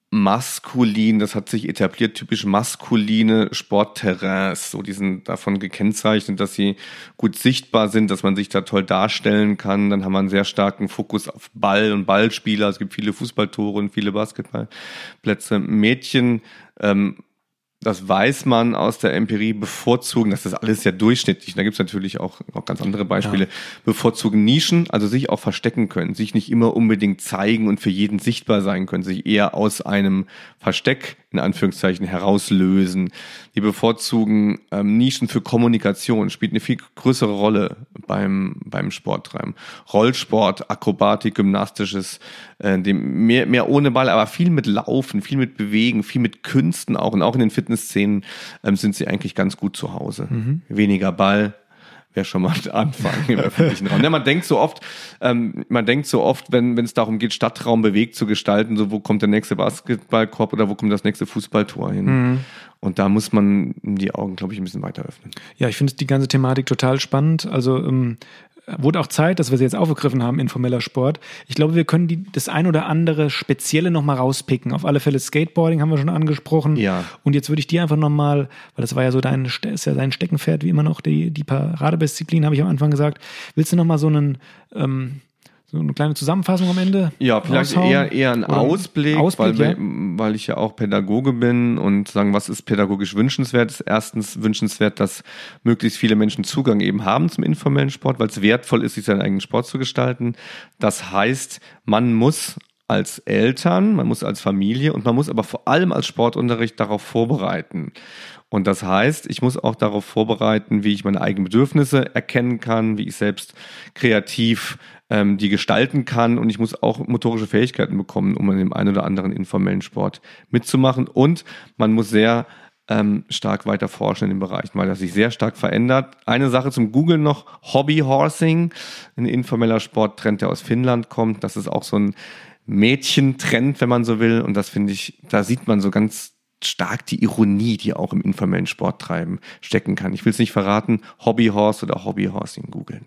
maskulin, das hat sich etabliert, typisch maskuline Sportterrains, so die sind davon gekennzeichnet, dass sie gut sichtbar sind, dass man sich da toll darstellen kann. Dann haben wir einen sehr starken Fokus auf Ball und Ballspieler. Es gibt viele Fußballtore und viele Basketballplätze. Mädchen, ähm, das weiß man aus der Empirie, bevorzugen, das ist alles sehr durchschnittlich, da gibt es natürlich auch, auch ganz andere Beispiele, ja. bevorzugen Nischen, also sich auch verstecken können, sich nicht immer unbedingt zeigen und für jeden sichtbar sein können, sich eher aus einem Versteck, in Anführungszeichen, herauslösen. Die bevorzugen ähm, Nischen für Kommunikation, spielt eine viel größere Rolle beim, beim Sporttreiben. Rollsport, Akrobatik, Gymnastisches, äh, dem mehr, mehr ohne Ball, aber viel mit Laufen, viel mit Bewegen, viel mit Künsten auch und auch in den Fitnessszenen ähm, sind sie eigentlich ganz gut zu Hause. Mhm. Weniger Ball wäre schon mal ein Anfang im öffentlichen Raum. Ja, man denkt so oft, ähm, man denkt so oft, wenn wenn es darum geht, Stadtraum bewegt zu gestalten, so wo kommt der nächste Basketballkorb oder wo kommt das nächste Fußballtor hin? Mhm. Und da muss man die Augen, glaube ich, ein bisschen weiter öffnen. Ja, ich finde die ganze Thematik total spannend. Also ähm, wurde auch Zeit, dass wir sie jetzt aufgegriffen haben, informeller Sport. Ich glaube, wir können die, das ein oder andere Spezielle nochmal rauspicken. Auf alle Fälle Skateboarding haben wir schon angesprochen. Ja. Und jetzt würde ich dir einfach nochmal, weil das war ja so dein, ist ja dein Steckenpferd, wie immer noch, die, die Paradedisziplin, habe ich am Anfang gesagt. Willst du nochmal so einen, ähm, so eine kleine Zusammenfassung am Ende? Ja, vielleicht eher, eher ein Ausblick, Ausblick weil, ja. weil ich ja auch Pädagoge bin und sagen, was ist pädagogisch wünschenswert? Ist erstens wünschenswert, dass möglichst viele Menschen Zugang eben haben zum informellen Sport, weil es wertvoll ist, sich seinen eigenen Sport zu gestalten. Das heißt, man muss als Eltern, man muss als Familie und man muss aber vor allem als Sportunterricht darauf vorbereiten. Und das heißt, ich muss auch darauf vorbereiten, wie ich meine eigenen Bedürfnisse erkennen kann, wie ich selbst kreativ ähm, die gestalten kann. Und ich muss auch motorische Fähigkeiten bekommen, um an dem einen oder anderen informellen Sport mitzumachen. Und man muss sehr ähm, stark weiter forschen in dem Bereich, weil das sich sehr stark verändert. Eine Sache zum Googlen noch, Hobbyhorsing, ein informeller Sporttrend, der aus Finnland kommt. Das ist auch so ein Mädchentrend, wenn man so will. Und das finde ich, da sieht man so ganz stark die Ironie, die auch im informellen Sporttreiben stecken kann. Ich will es nicht verraten, Hobbyhorse oder Hobbyhorsing googeln.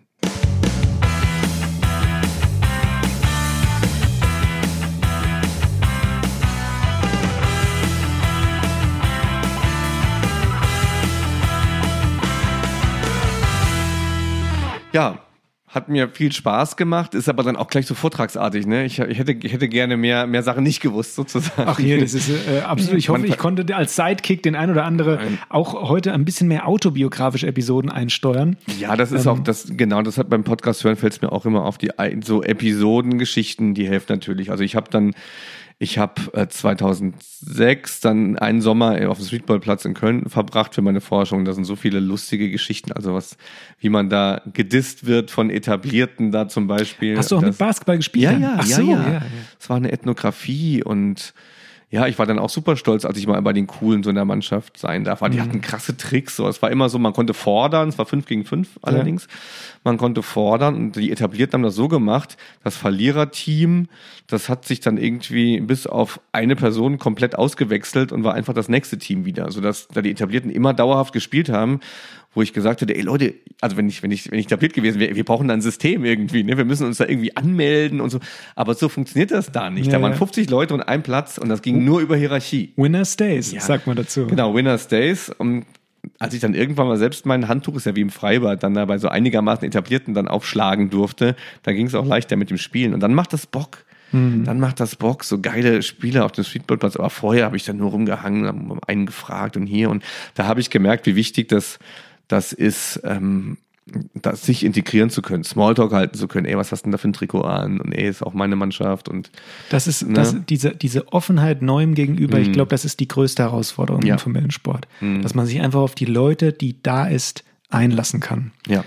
Ja, hat mir viel Spaß gemacht, ist aber dann auch gleich so vortragsartig, ne? Ich, ich, hätte, ich hätte gerne mehr, mehr Sachen nicht gewusst, sozusagen. Ach hier, das ist äh, absolut. Ich hoffe, ich konnte als Sidekick den ein oder andere Nein. auch heute ein bisschen mehr autobiografische Episoden einsteuern. Ja, das ist ähm, auch, das genau, das hat beim Podcast hören, fällt es mir auch immer auf, die so Episodengeschichten, die helfen natürlich. Also ich habe dann Ich habe äh, zweitausendsechs dann einen Sommer auf dem Streetballplatz in Köln verbracht für meine Forschung. Da sind so viele lustige Geschichten, also was, wie man da gedisst wird von Etablierten da zum Beispiel. Hast du auch das, mit Basketball gespielt? Ja, ja, Ach ja, so, ja. ja, ja. Es war eine Ethnographie und ja, ich war dann auch super stolz, als ich mal bei den Coolen so in der Mannschaft sein darf. Die mhm. hatten krasse Tricks. So. Es war immer so, man konnte fordern, es war fünf gegen fünf allerdings. Ja. Man konnte fordern und die Etablierten haben das so gemacht, das Verliererteam, das hat sich dann irgendwie bis auf eine Person komplett ausgewechselt und war einfach das nächste Team wieder. Sodass da die Etablierten immer dauerhaft gespielt haben, wo ich gesagt hätte, ey Leute, also wenn ich, wenn ich, wenn ich etabliert gewesen wäre, wir brauchen da ein System irgendwie, ne? Wir müssen uns da irgendwie anmelden und so. Aber so funktioniert das da nicht. Ja, da waren fünfzig Leute und ein Platz und das ging nur über Hierarchie. Winner stays, ja. sagt man dazu. Genau, Winner stays. Und als ich dann irgendwann mal selbst mein Handtuch, ist ja wie im Freibad, dann da bei so einigermaßen Etablierten dann aufschlagen durfte, da ging es auch leichter mit dem Spielen. Und dann macht das Bock. Mhm. Dann macht das Bock, so geile Spiele auf dem Streetballplatz. Aber vorher habe ich dann nur rumgehangen, habe einen gefragt und hier. Und da habe ich gemerkt, wie wichtig das das ist, ähm, das sich integrieren zu können, Smalltalk halten zu können. Ey, was hast du denn da für ein Trikot an? Und ey, ist auch meine Mannschaft. Und das ist ne? das, diese, diese Offenheit Neuem gegenüber, mm. ich glaube, das ist die größte Herausforderung ja. im informellen Sport. Mm. Dass man sich einfach auf die Leute, die da ist, einlassen kann. Ja.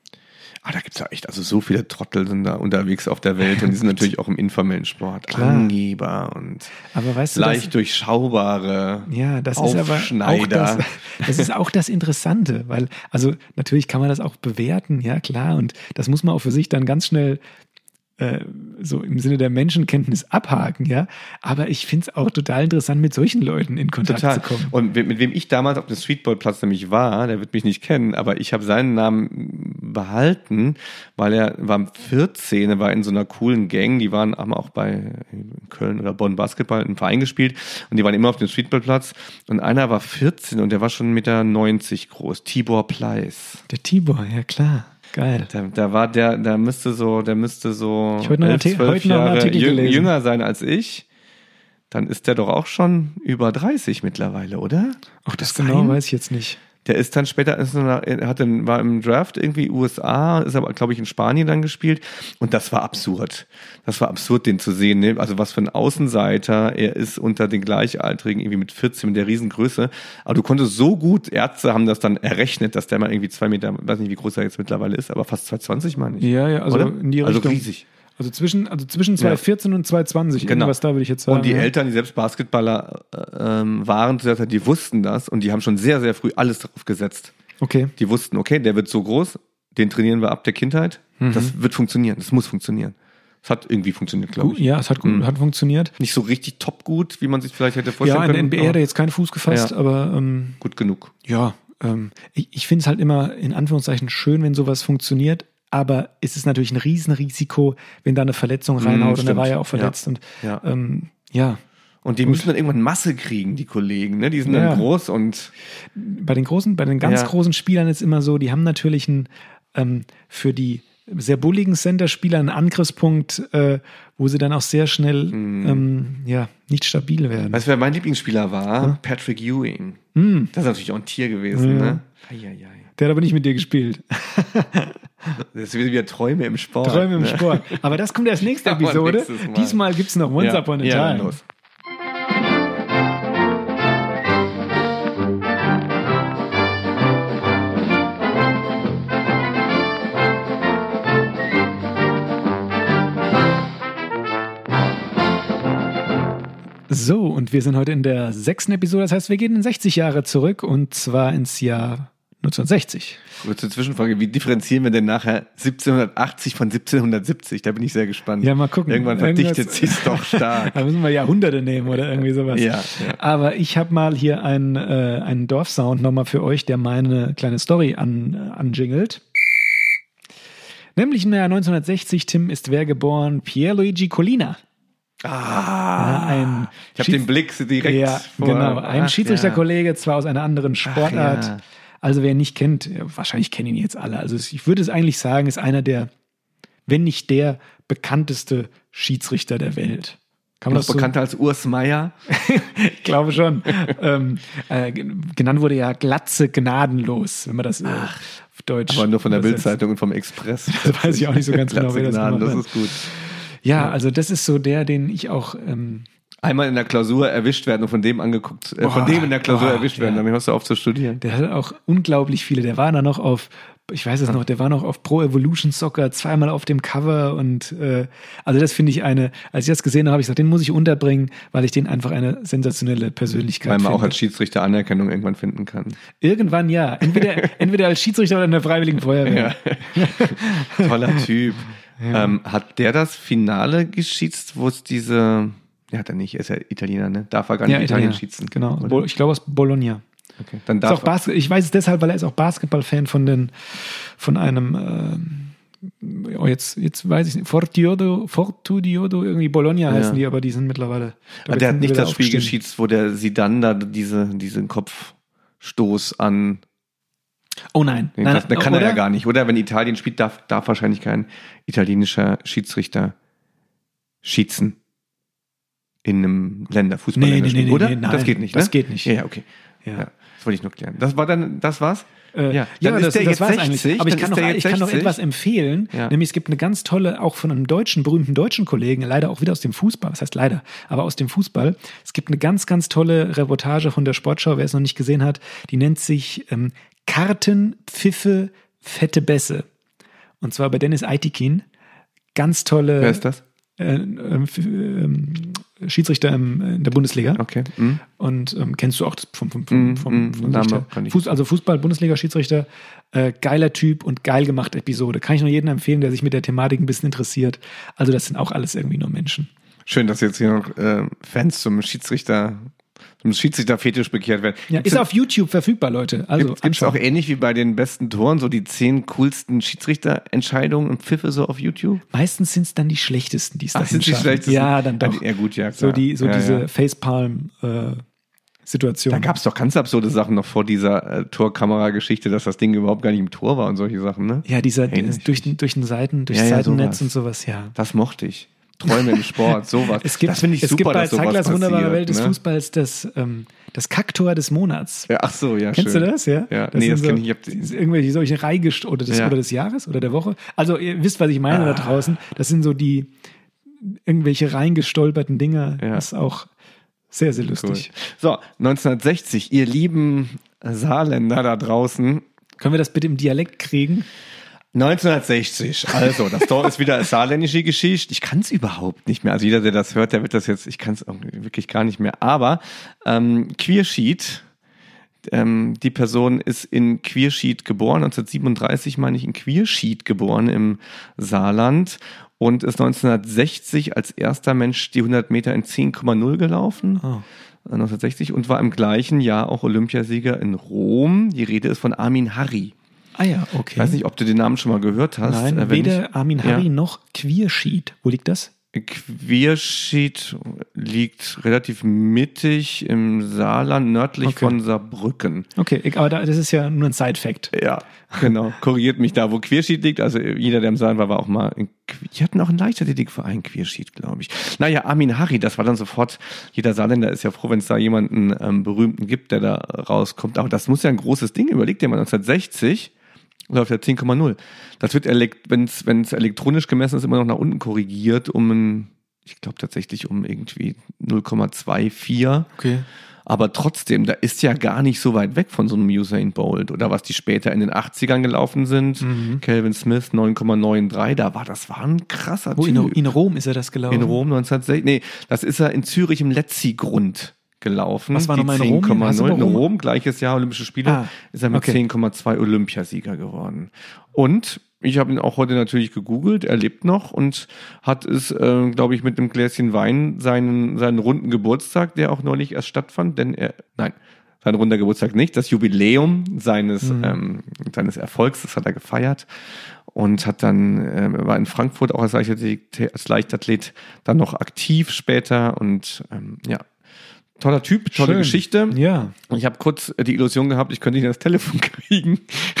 Ah, da gibt's ja echt, also so viele Trottel sind da unterwegs auf der Welt und die sind natürlich auch im informellen Sport. Klar. Angeber und aber weißt du, leicht das, durchschaubare ja, das ist aber auch das, das ist auch das Interessante, weil, also natürlich kann man das auch bewerten, ja klar, und das muss man auch für sich dann ganz schnell äh, so im Sinne der Menschenkenntnis abhaken, ja. Aber ich finde es auch total interessant, mit solchen Leuten in Kontakt Total. zu kommen. Und mit wem ich damals auf dem Streetballplatz nämlich war, der wird mich nicht kennen, aber ich habe seinen Namen behalten, weil er war vierzehn, er war in so einer coolen Gang, die waren haben auch bei Köln oder Bonn Basketball im Verein gespielt und die waren immer auf dem Streetballplatz und einer war vierzehn und der war schon eins Meter neunzig groß, Tibor Pleiss. Der Tibor, ja klar. Geil. Da, da war der, der müsste so, der müsste so ich heute noch elf, heute noch einen Jahre Artikel jüng, gelesen. jünger sein als ich. Dann ist der doch auch schon über dreißig mittlerweile, oder? Ach, das genau sein? Weiß ich jetzt nicht. Der ist dann später, ist noch, hat dann, war im Draft irgendwie U S A, ist aber, glaube ich, in Spanien dann gespielt. Und das war absurd. Das war absurd, den zu sehen. Ne? Also was für ein Außenseiter. Er ist unter den Gleichaltrigen irgendwie mit vierzehn, mit der Riesengröße. Aber du konntest so gut, Ärzte haben das dann errechnet, dass der mal irgendwie zwei Meter, weiß nicht, wie groß er jetzt mittlerweile ist, aber fast zwei Meter zwanzig, meine ich. Ja, ja, also oder? in die Richtung. Also riesig. Also zwischen, also zwischen zwei Meter vierzehn ja. und zwei Meter zwanzig, genau. Irgendwas da würde ich jetzt sagen. Und die ja. Eltern, die selbst Basketballer ähm, waren, die wussten das und die haben schon sehr, sehr früh alles darauf gesetzt. Okay. Die wussten, okay, der wird so groß, den trainieren wir ab der Kindheit. Mhm. Das wird funktionieren, das muss funktionieren. Es hat irgendwie funktioniert, glaube ich. Ja, es hat gut, mhm. hat funktioniert. Nicht so richtig top gut, wie man sich vielleicht hätte vorstellen können. Ja, in der N B A hat er jetzt keinen Fuß gefasst, ja. aber ähm, gut genug. Ja, ähm, ich, ich finde es halt immer in Anführungszeichen schön, wenn sowas funktioniert. Aber es ist natürlich ein Riesenrisiko, wenn da eine Verletzung reinhaut. Mm, und er war ja auch verletzt. Ja. Und ja. Ähm, ja. Und die Gut. müssen dann irgendwann Masse kriegen, die Kollegen. Ne? Die sind ja. dann groß und bei den großen, bei den ganz ja. großen Spielern ist immer so, die haben natürlich einen, ähm, für die sehr bulligen Center-Spieler einen Angriffspunkt, äh, wo sie dann auch sehr schnell mm. ähm, ja, nicht stabil werden. Weißt du, wer mein Lieblingsspieler war? Ja? Patrick Ewing. Mm. Das ist natürlich auch ein Tier gewesen. Ja. Ne? Eieiei. Der hat aber nicht mit dir gespielt. Das ist wieder Träume im Sport. Träume im ne? Sport. Aber das kommt erst nächste Episode. Diesmal gibt es noch Once ja. Upon a ja, Time. Los. So, und wir sind heute in der sechsten Episode. Das heißt, wir gehen in sechzig Jahre zurück und zwar ins Jahr neunzehnhundertsechzig. Kurze Zwischenfrage, wie differenzieren wir denn nachher siebzehnhundertachtzig von siebzehnhundertsiebzig? Da bin ich sehr gespannt. Ja, mal gucken. Irgendwann verdichtet sich es doch stark. Da müssen wir Jahrhunderte nehmen oder irgendwie sowas. Ja, ja. Aber ich habe mal hier einen, äh, einen Dorfsound nochmal für euch, der meine kleine Story an, äh, anjingelt. Nämlich im Jahr neunzehnhundertsechzig, Tim, ist wer geboren? Pierluigi Collina. Ah, ja, ein ich habe den Blick direkt ja, vor. Genau, ein Ach, Schiedsrichterkollege, ja. zwar aus einer anderen Sportart. Ach, ja. Also wer ihn nicht kennt, wahrscheinlich kennen ihn jetzt alle. Also ich würde es eigentlich sagen, ist einer der, wenn nicht der bekannteste Schiedsrichter der Welt. Kann man das bekannter so? Als Urs Meier? Ich glaube schon. ähm, äh, genannt wurde ja Glatze gnadenlos, wenn man das äh, auf Deutsch. Aber nur von der Bildzeitung und vom Express. Das weiß ich auch nicht so ganz genau, wer das gemacht hat. Das ist gut. Ja, also das ist so der, den ich auch ähm, einmal in der Klausur erwischt werden und von dem angeguckt, äh, von dem in der Klausur boah, erwischt werden, ja. dann hörst du auf zu studieren. Der hat auch unglaublich viele, der war da noch auf, ich weiß es noch, der war noch auf Pro Evolution Soccer, zweimal auf dem Cover und äh, also das finde ich eine, als ich das gesehen habe, habe ich gesagt, den muss ich unterbringen, weil ich den einfach eine sensationelle Persönlichkeit finde. Weil man finde. Auch als Schiedsrichter Anerkennung irgendwann finden kann. Irgendwann ja, entweder, entweder als Schiedsrichter oder in der Freiwilligen Feuerwehr. Ja. Toller Typ. Ja. Ähm, hat der das Finale geschießt, wo es diese, ja hat er nicht, er ist ja Italiener, ne? Darf er gar nicht ja, Italien, Italien schießen. Genau, oder? Ich glaube aus Bologna. Okay. Dann darf ist auch Bas- ich weiß es deshalb, weil er ist auch Basketball-Fan von den, von einem, äh, oh jetzt, jetzt weiß ich nicht, Fortiodo, Fortudiodo, irgendwie Bologna ja. heißen die, aber die sind mittlerweile. Aber der hat nicht das Spiel geschießt, wo der Zidane da diese, diesen Kopfstoß an. Oh nein. Nee, nein das, da kann oder? Er ja gar nicht. Oder wenn Italien spielt, darf, darf wahrscheinlich kein italienischer Schiedsrichter schießen in einem Länderfußball. Nee, nee, nee, oder? Nee, nein, das geht nicht, Das ne? geht nicht. Ja, ja, okay. Ja. Ja, das wollte ich nur klären. Das war dann, das war's? Äh, ja, ja das, das war's eigentlich. Aber ich kann, noch, ich kann noch etwas empfehlen. Ja. Nämlich es gibt eine ganz tolle, auch von einem deutschen, berühmten deutschen Kollegen, leider auch wieder aus dem Fußball, was heißt leider, aber aus dem Fußball. Es gibt eine ganz, ganz tolle Reportage von der Sportschau, wer es noch nicht gesehen hat, die nennt sich ähm, Karten, Pfiffe, fette Bässe. Und zwar bei Dennis Aitikin. Ganz tolle. Wer ist das? Äh, äh, Schiedsrichter im, in der Bundesliga. Okay. Mhm. Und ähm, kennst du auch das vom, vom, vom, vom, Mhm. vom Name Fuß, also Fußball-Bundesliga-Schiedsrichter. Äh, geiler Typ und geil gemachte Episode. Kann ich nur jedem empfehlen, der sich mit der Thematik ein bisschen interessiert. Also das sind auch alles irgendwie nur Menschen. Schön, dass jetzt hier noch äh, Fans zum Schiedsrichter, zum Schiedsrichter-Fetisch bekehrt werden. Ja, ist auf YouTube verfügbar, Leute. Also gibt es auch ähnlich wie bei den besten Toren so die zehn coolsten Schiedsrichterentscheidungen und Pfiffe so auf YouTube? Meistens sind es dann die schlechtesten, die es da sind die schlechtesten? Ja, dann doch. Ja, gut, ja, klar. So, die, so ja, diese ja. Facepalm äh, Situation. Da gab es doch ganz absurde Sachen noch vor dieser äh, Torkamera-Geschichte, dass das Ding überhaupt gar nicht im Tor war und solche Sachen, ne? Ja, dieser Hey, durch, den, durch den Seiten, durchs ja, ja, Seitennetz sowas. und sowas, ja. Das mochte ich. Träume im Sport, sowas. Es gibt, das finde ich es super, gibt bei dass sowas Zeiglers wunderbare passiert, Welt des ne? Fußballs das, ähm, das Kacktor des Monats. Ja, ach so, ja, Kennst schön. du das? Ja, ja. das Nee, das so, kenne ich. ich hab die, irgendwelche solche Reihgest oder des, Ja. oder des Jahres oder der Woche. Also ihr wisst, was ich meine Ah. da draußen. Das sind so die irgendwelche reingestolperten Dinger. Ja. Das ist auch sehr, sehr cool. lustig. So, neunzehnhundertsechzig, ihr lieben Saarländer da draußen. Können wir das bitte im Dialekt kriegen? neunzehnhundertsechzig, also das Tor ist wieder eine saarländische Geschichte. Ich kann es überhaupt nicht mehr. Also jeder, der das hört, der wird das jetzt, ich kann es wirklich gar nicht mehr. Aber ähm, Quierschied, ähm, die Person ist in Quierschied geboren, neunzehnhundertsiebenunddreißig meine ich in Quierschied geboren im Saarland und ist neunzehnhundertsechzig als erster Mensch die hundert Meter in zehn Komma null gelaufen. Oh. neunzehnhundertsechzig und war im gleichen Jahr auch Olympiasieger in Rom. Die Rede ist von Armin Harry. Ah ja, okay. Ich weiß nicht, ob du den Namen schon mal gehört hast. Nein, Äh, wenn weder ich, Armin Harry ja. noch Quierschied. Wo liegt das? Quierschied liegt relativ mittig im Saarland, nördlich Okay. von Saarbrücken. Okay, ich- aber da, das ist ja nur ein Side-Fact. Ja, genau. Korrigiert mich da, wo Quierschied liegt. Also jeder, der im Saarland war, war auch mal in Qu- die hatten auch einen Leichtathletikverein, Quierschied, glaube ich. Naja, Armin Harry, das war dann sofort, jeder Saarländer ist ja froh, wenn es da jemanden ähm, Berühmten gibt, der da rauskommt. Aber das muss ja ein großes Ding. Überleg dir mal, neunzehnhundertsechzig läuft ja zehn Komma null. Das wird, wenn es elektronisch gemessen ist, immer noch nach unten korrigiert, um ein, ich glaube tatsächlich um irgendwie null Komma vierundzwanzig. Okay. Aber trotzdem, da ist ja gar nicht so weit weg von so einem Usain Bolt oder was die später in den achtzigern gelaufen sind. Mhm. Calvin Smith neun Komma neununddreißig, da war, das war ein krasser Wo Typ. in, in Rom ist er das gelaufen? In Rom neunzehnhundertsechzig, nee, das ist er in Zürich im Letzi-Grund gelaufen. Was war die nochmal in Rom? zehn Komma Hast du null. bei In Rom? Rom, gleiches Jahr Olympische Spiele, Ah, ist er mit okay. zehn Komma zwei Olympiasieger geworden. Und ich habe ihn auch heute natürlich gegoogelt, er lebt noch und hat es, äh, glaube ich, mit einem Gläschen Wein seinen, seinen runden Geburtstag, der auch neulich erst stattfand, denn er, nein, sein runder Geburtstag nicht, das Jubiläum seines, Mhm. ähm, seines Erfolgs, das hat er gefeiert und hat dann, ähm, er war in Frankfurt auch als Leichtathlet, als Leichtathlet dann noch aktiv später und ähm, ja, toller Typ, tolle Schön. Geschichte. Ja. Ich habe kurz die Illusion gehabt, ich könnte nicht das Telefon kriegen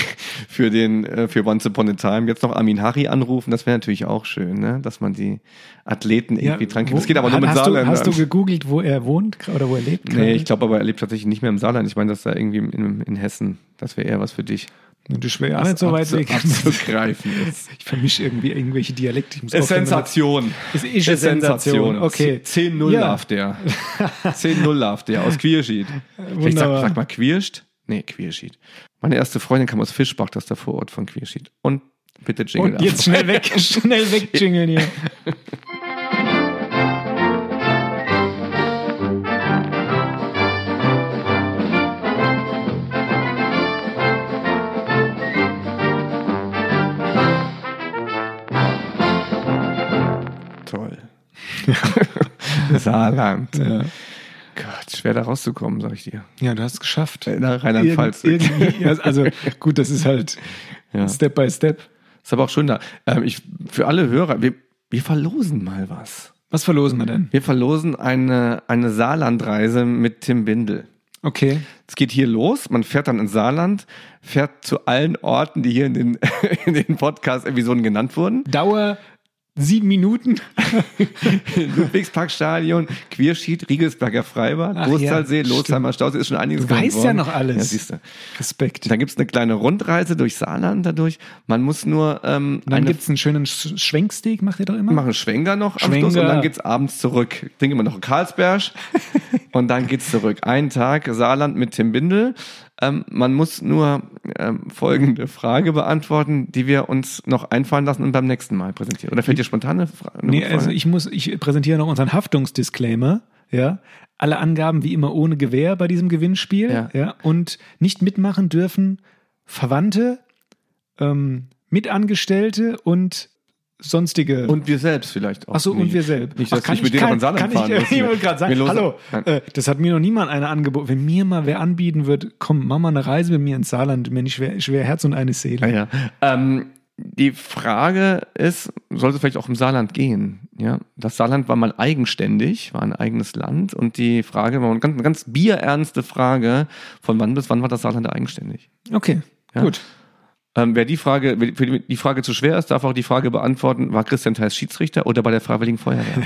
für den äh, für Once Upon a Time. Jetzt noch Armin Harry anrufen, das wäre natürlich auch schön, ne? Dass man die Athleten irgendwie dran kriegt. Das geht aber nur mit hast Saarländern. Du, hast du gegoogelt, wo er wohnt oder wo er lebt? Nee, ich glaube aber, er lebt tatsächlich nicht mehr im Saarland. Ich meine, das da irgendwie in, in Hessen. Das wäre eher was für dich. Das wäre ja nicht so weit abzu- weg. abzugreifen ist. Ich vermische irgendwie irgendwelche Dialekte. Ich muss Ist aufhören, Sensation. Es ist eine Sensation. Okay. zehn null Ja. darf der. zehn null darf der aus Quierschied. Vielleicht sag, Wunderbar. sag mal Quierscht? Nee, Quierschied. Meine erste Freundin kam aus Fischbach, das ist der Vorort von Quierschied. Und bitte Jingle. Und jetzt schnell weg, schnell weg, jingeln hier. Toll. Saarland. Ja. Gott, schwer da rauszukommen, sag ich dir. Ja, du hast es geschafft. In der Rheinland-Pfalz. Irgend, irgendwie, ja, also gut, das ist halt Ja. Step by Step. Ist aber auch schön da. Ähm, ich, für alle Hörer, wir, wir verlosen mal was. Was verlosen wir denn? Wir verlosen eine, eine Saarlandreise mit Tim Bindel. Okay. Es geht hier los, man fährt dann ins Saarland, fährt zu allen Orten, die hier in den, in den Podcast-Episoden genannt wurden. Dauer sieben Minuten. Ludwigsparkstadion, Quierschied, Riegelsberger Freibad, Ach Großtalsee, ja, Losheimer Stausee, ist schon einiges Du genannt weißt ja worden. noch alles. Ja, siehst du. Respekt. Dann gibt's eine kleine Rundreise durch Saarland dadurch. Man muss nur ähm, Und dann eine gibt's einen schönen Sch- Schwenksteak, macht ihr doch immer? machen Schwenker noch am Schwenker. Schluss und dann geht's abends zurück. Trinken wir noch Karlsberg und dann geht's zurück. Einen Tag Saarland mit Tim Bindel. Ähm, man muss nur ähm, folgende Frage beantworten, die wir uns noch einfallen lassen und beim nächsten Mal präsentieren. Oder fällt dir spontan eine Frage? Nee, also ich muss, ich präsentiere noch unseren Haftungsdisclaimer, ja. Alle Angaben wie immer ohne Gewähr bei diesem Gewinnspiel, ja. ja. Und nicht mitmachen dürfen Verwandte, ähm, Mitangestellte und sonstige. Und wir selbst vielleicht auch. Achso, und wir selbst. Nicht, dass Ach, ich mit denen auf den Saarland fahren muss. Ich, ich wollte gerade sagen, hallo, äh, das hat mir noch niemand eine angeboten. Wenn mir mal wer anbieten wird, komm, mach mal eine Reise mit mir ins Saarland, mir nicht schwer, schwer Herz und eine Seele. Ja, ja. Ähm, die Frage ist, sollte es vielleicht auch im Saarland gehen? Ja, das Saarland war mal eigenständig, war ein eigenes Land und die Frage war eine ganz, eine ganz bierernste Frage, von wann bis wann war das Saarland eigenständig? Okay, ja? Gut. Ähm, wer die Frage, für die Frage zu schwer ist, darf auch die Frage beantworten, war Christian Theis Schiedsrichter oder bei der Freiwilligen Feuerwehr?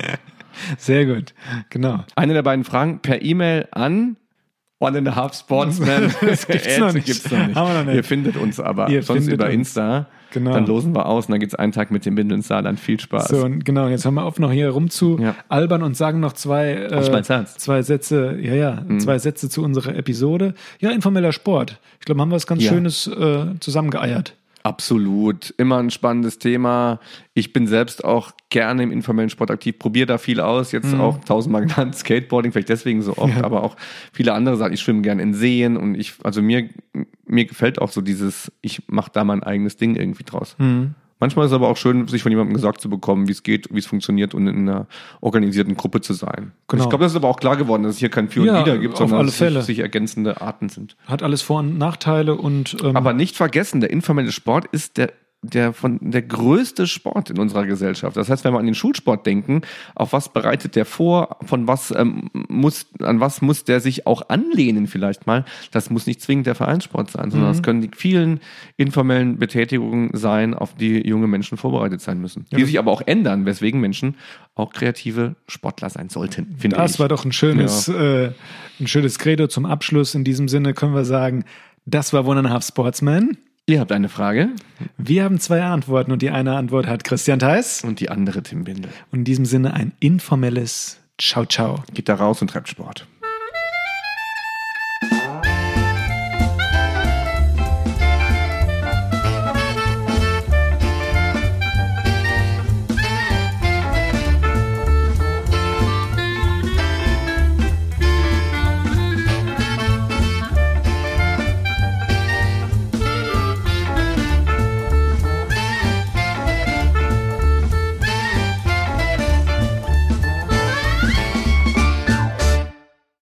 Sehr gut, genau. Eine der beiden Fragen per E-Mail an One and a Half Sportsman. Das gibt's noch nicht. Gibt's noch nicht. Haben wir noch nicht. Ihr findet uns aber Ihr sonst über uns. Insta. Genau. Dann losen wir aus und dann geht's einen Tag mit dem Bind ins Saarland. Viel Spaß. So, und genau, jetzt hören wir auf, noch hier rum zu Ja. albern und sagen noch zwei, äh, zwei Sätze, ja, ja, mhm. zwei Sätze zu unserer Episode. Ja, informeller Sport. Ich glaube, haben wir was ganz Ja. Schönes äh, zusammengeeiert. Absolut. Immer ein spannendes Thema. Ich bin selbst auch gerne im informellen Sport aktiv, probiere da viel aus, jetzt mhm. auch tausendmal genannt, Skateboarding, vielleicht deswegen so oft, ja. aber auch viele andere Sachen. Ich schwimme gerne in Seen und ich, also mir, mir gefällt auch so dieses, ich mache da mein eigenes Ding irgendwie draus. Mhm. Manchmal ist es aber auch schön, sich von jemandem gesagt zu bekommen, wie es geht, wie es funktioniert und in einer organisierten Gruppe zu sein. Genau. Ich glaube, das ist aber auch klar geworden, dass es hier kein Für und ja, Wider gibt, auf sondern alle dass Fälle. es sich ergänzende Arten sind. Hat alles Vor- und Nachteile und ähm aber nicht vergessen, der informelle Sport ist der Der, von, der größte Sport in unserer Gesellschaft. Das heißt, wenn wir an den Schulsport denken, auf was bereitet der vor, von was ähm, muss, an was muss der sich auch anlehnen vielleicht mal, das muss nicht zwingend der Vereinssport sein, sondern es mhm. können die vielen informellen Betätigungen sein, auf die junge Menschen vorbereitet sein müssen. Die ja. sich aber auch ändern, weswegen Menschen auch kreative Sportler sein sollten, finde ich. Das war doch ein schönes, ja. äh, ein schönes Credo zum Abschluss. In diesem Sinne können wir sagen, das war One and a Half Sportsman. Ihr habt eine Frage. Wir haben zwei Antworten und die eine Antwort hat Christian Theis. Und die andere Tim Bindel. Und in diesem Sinne ein informelles Ciao, ciao. Geht da raus und treibt Sport.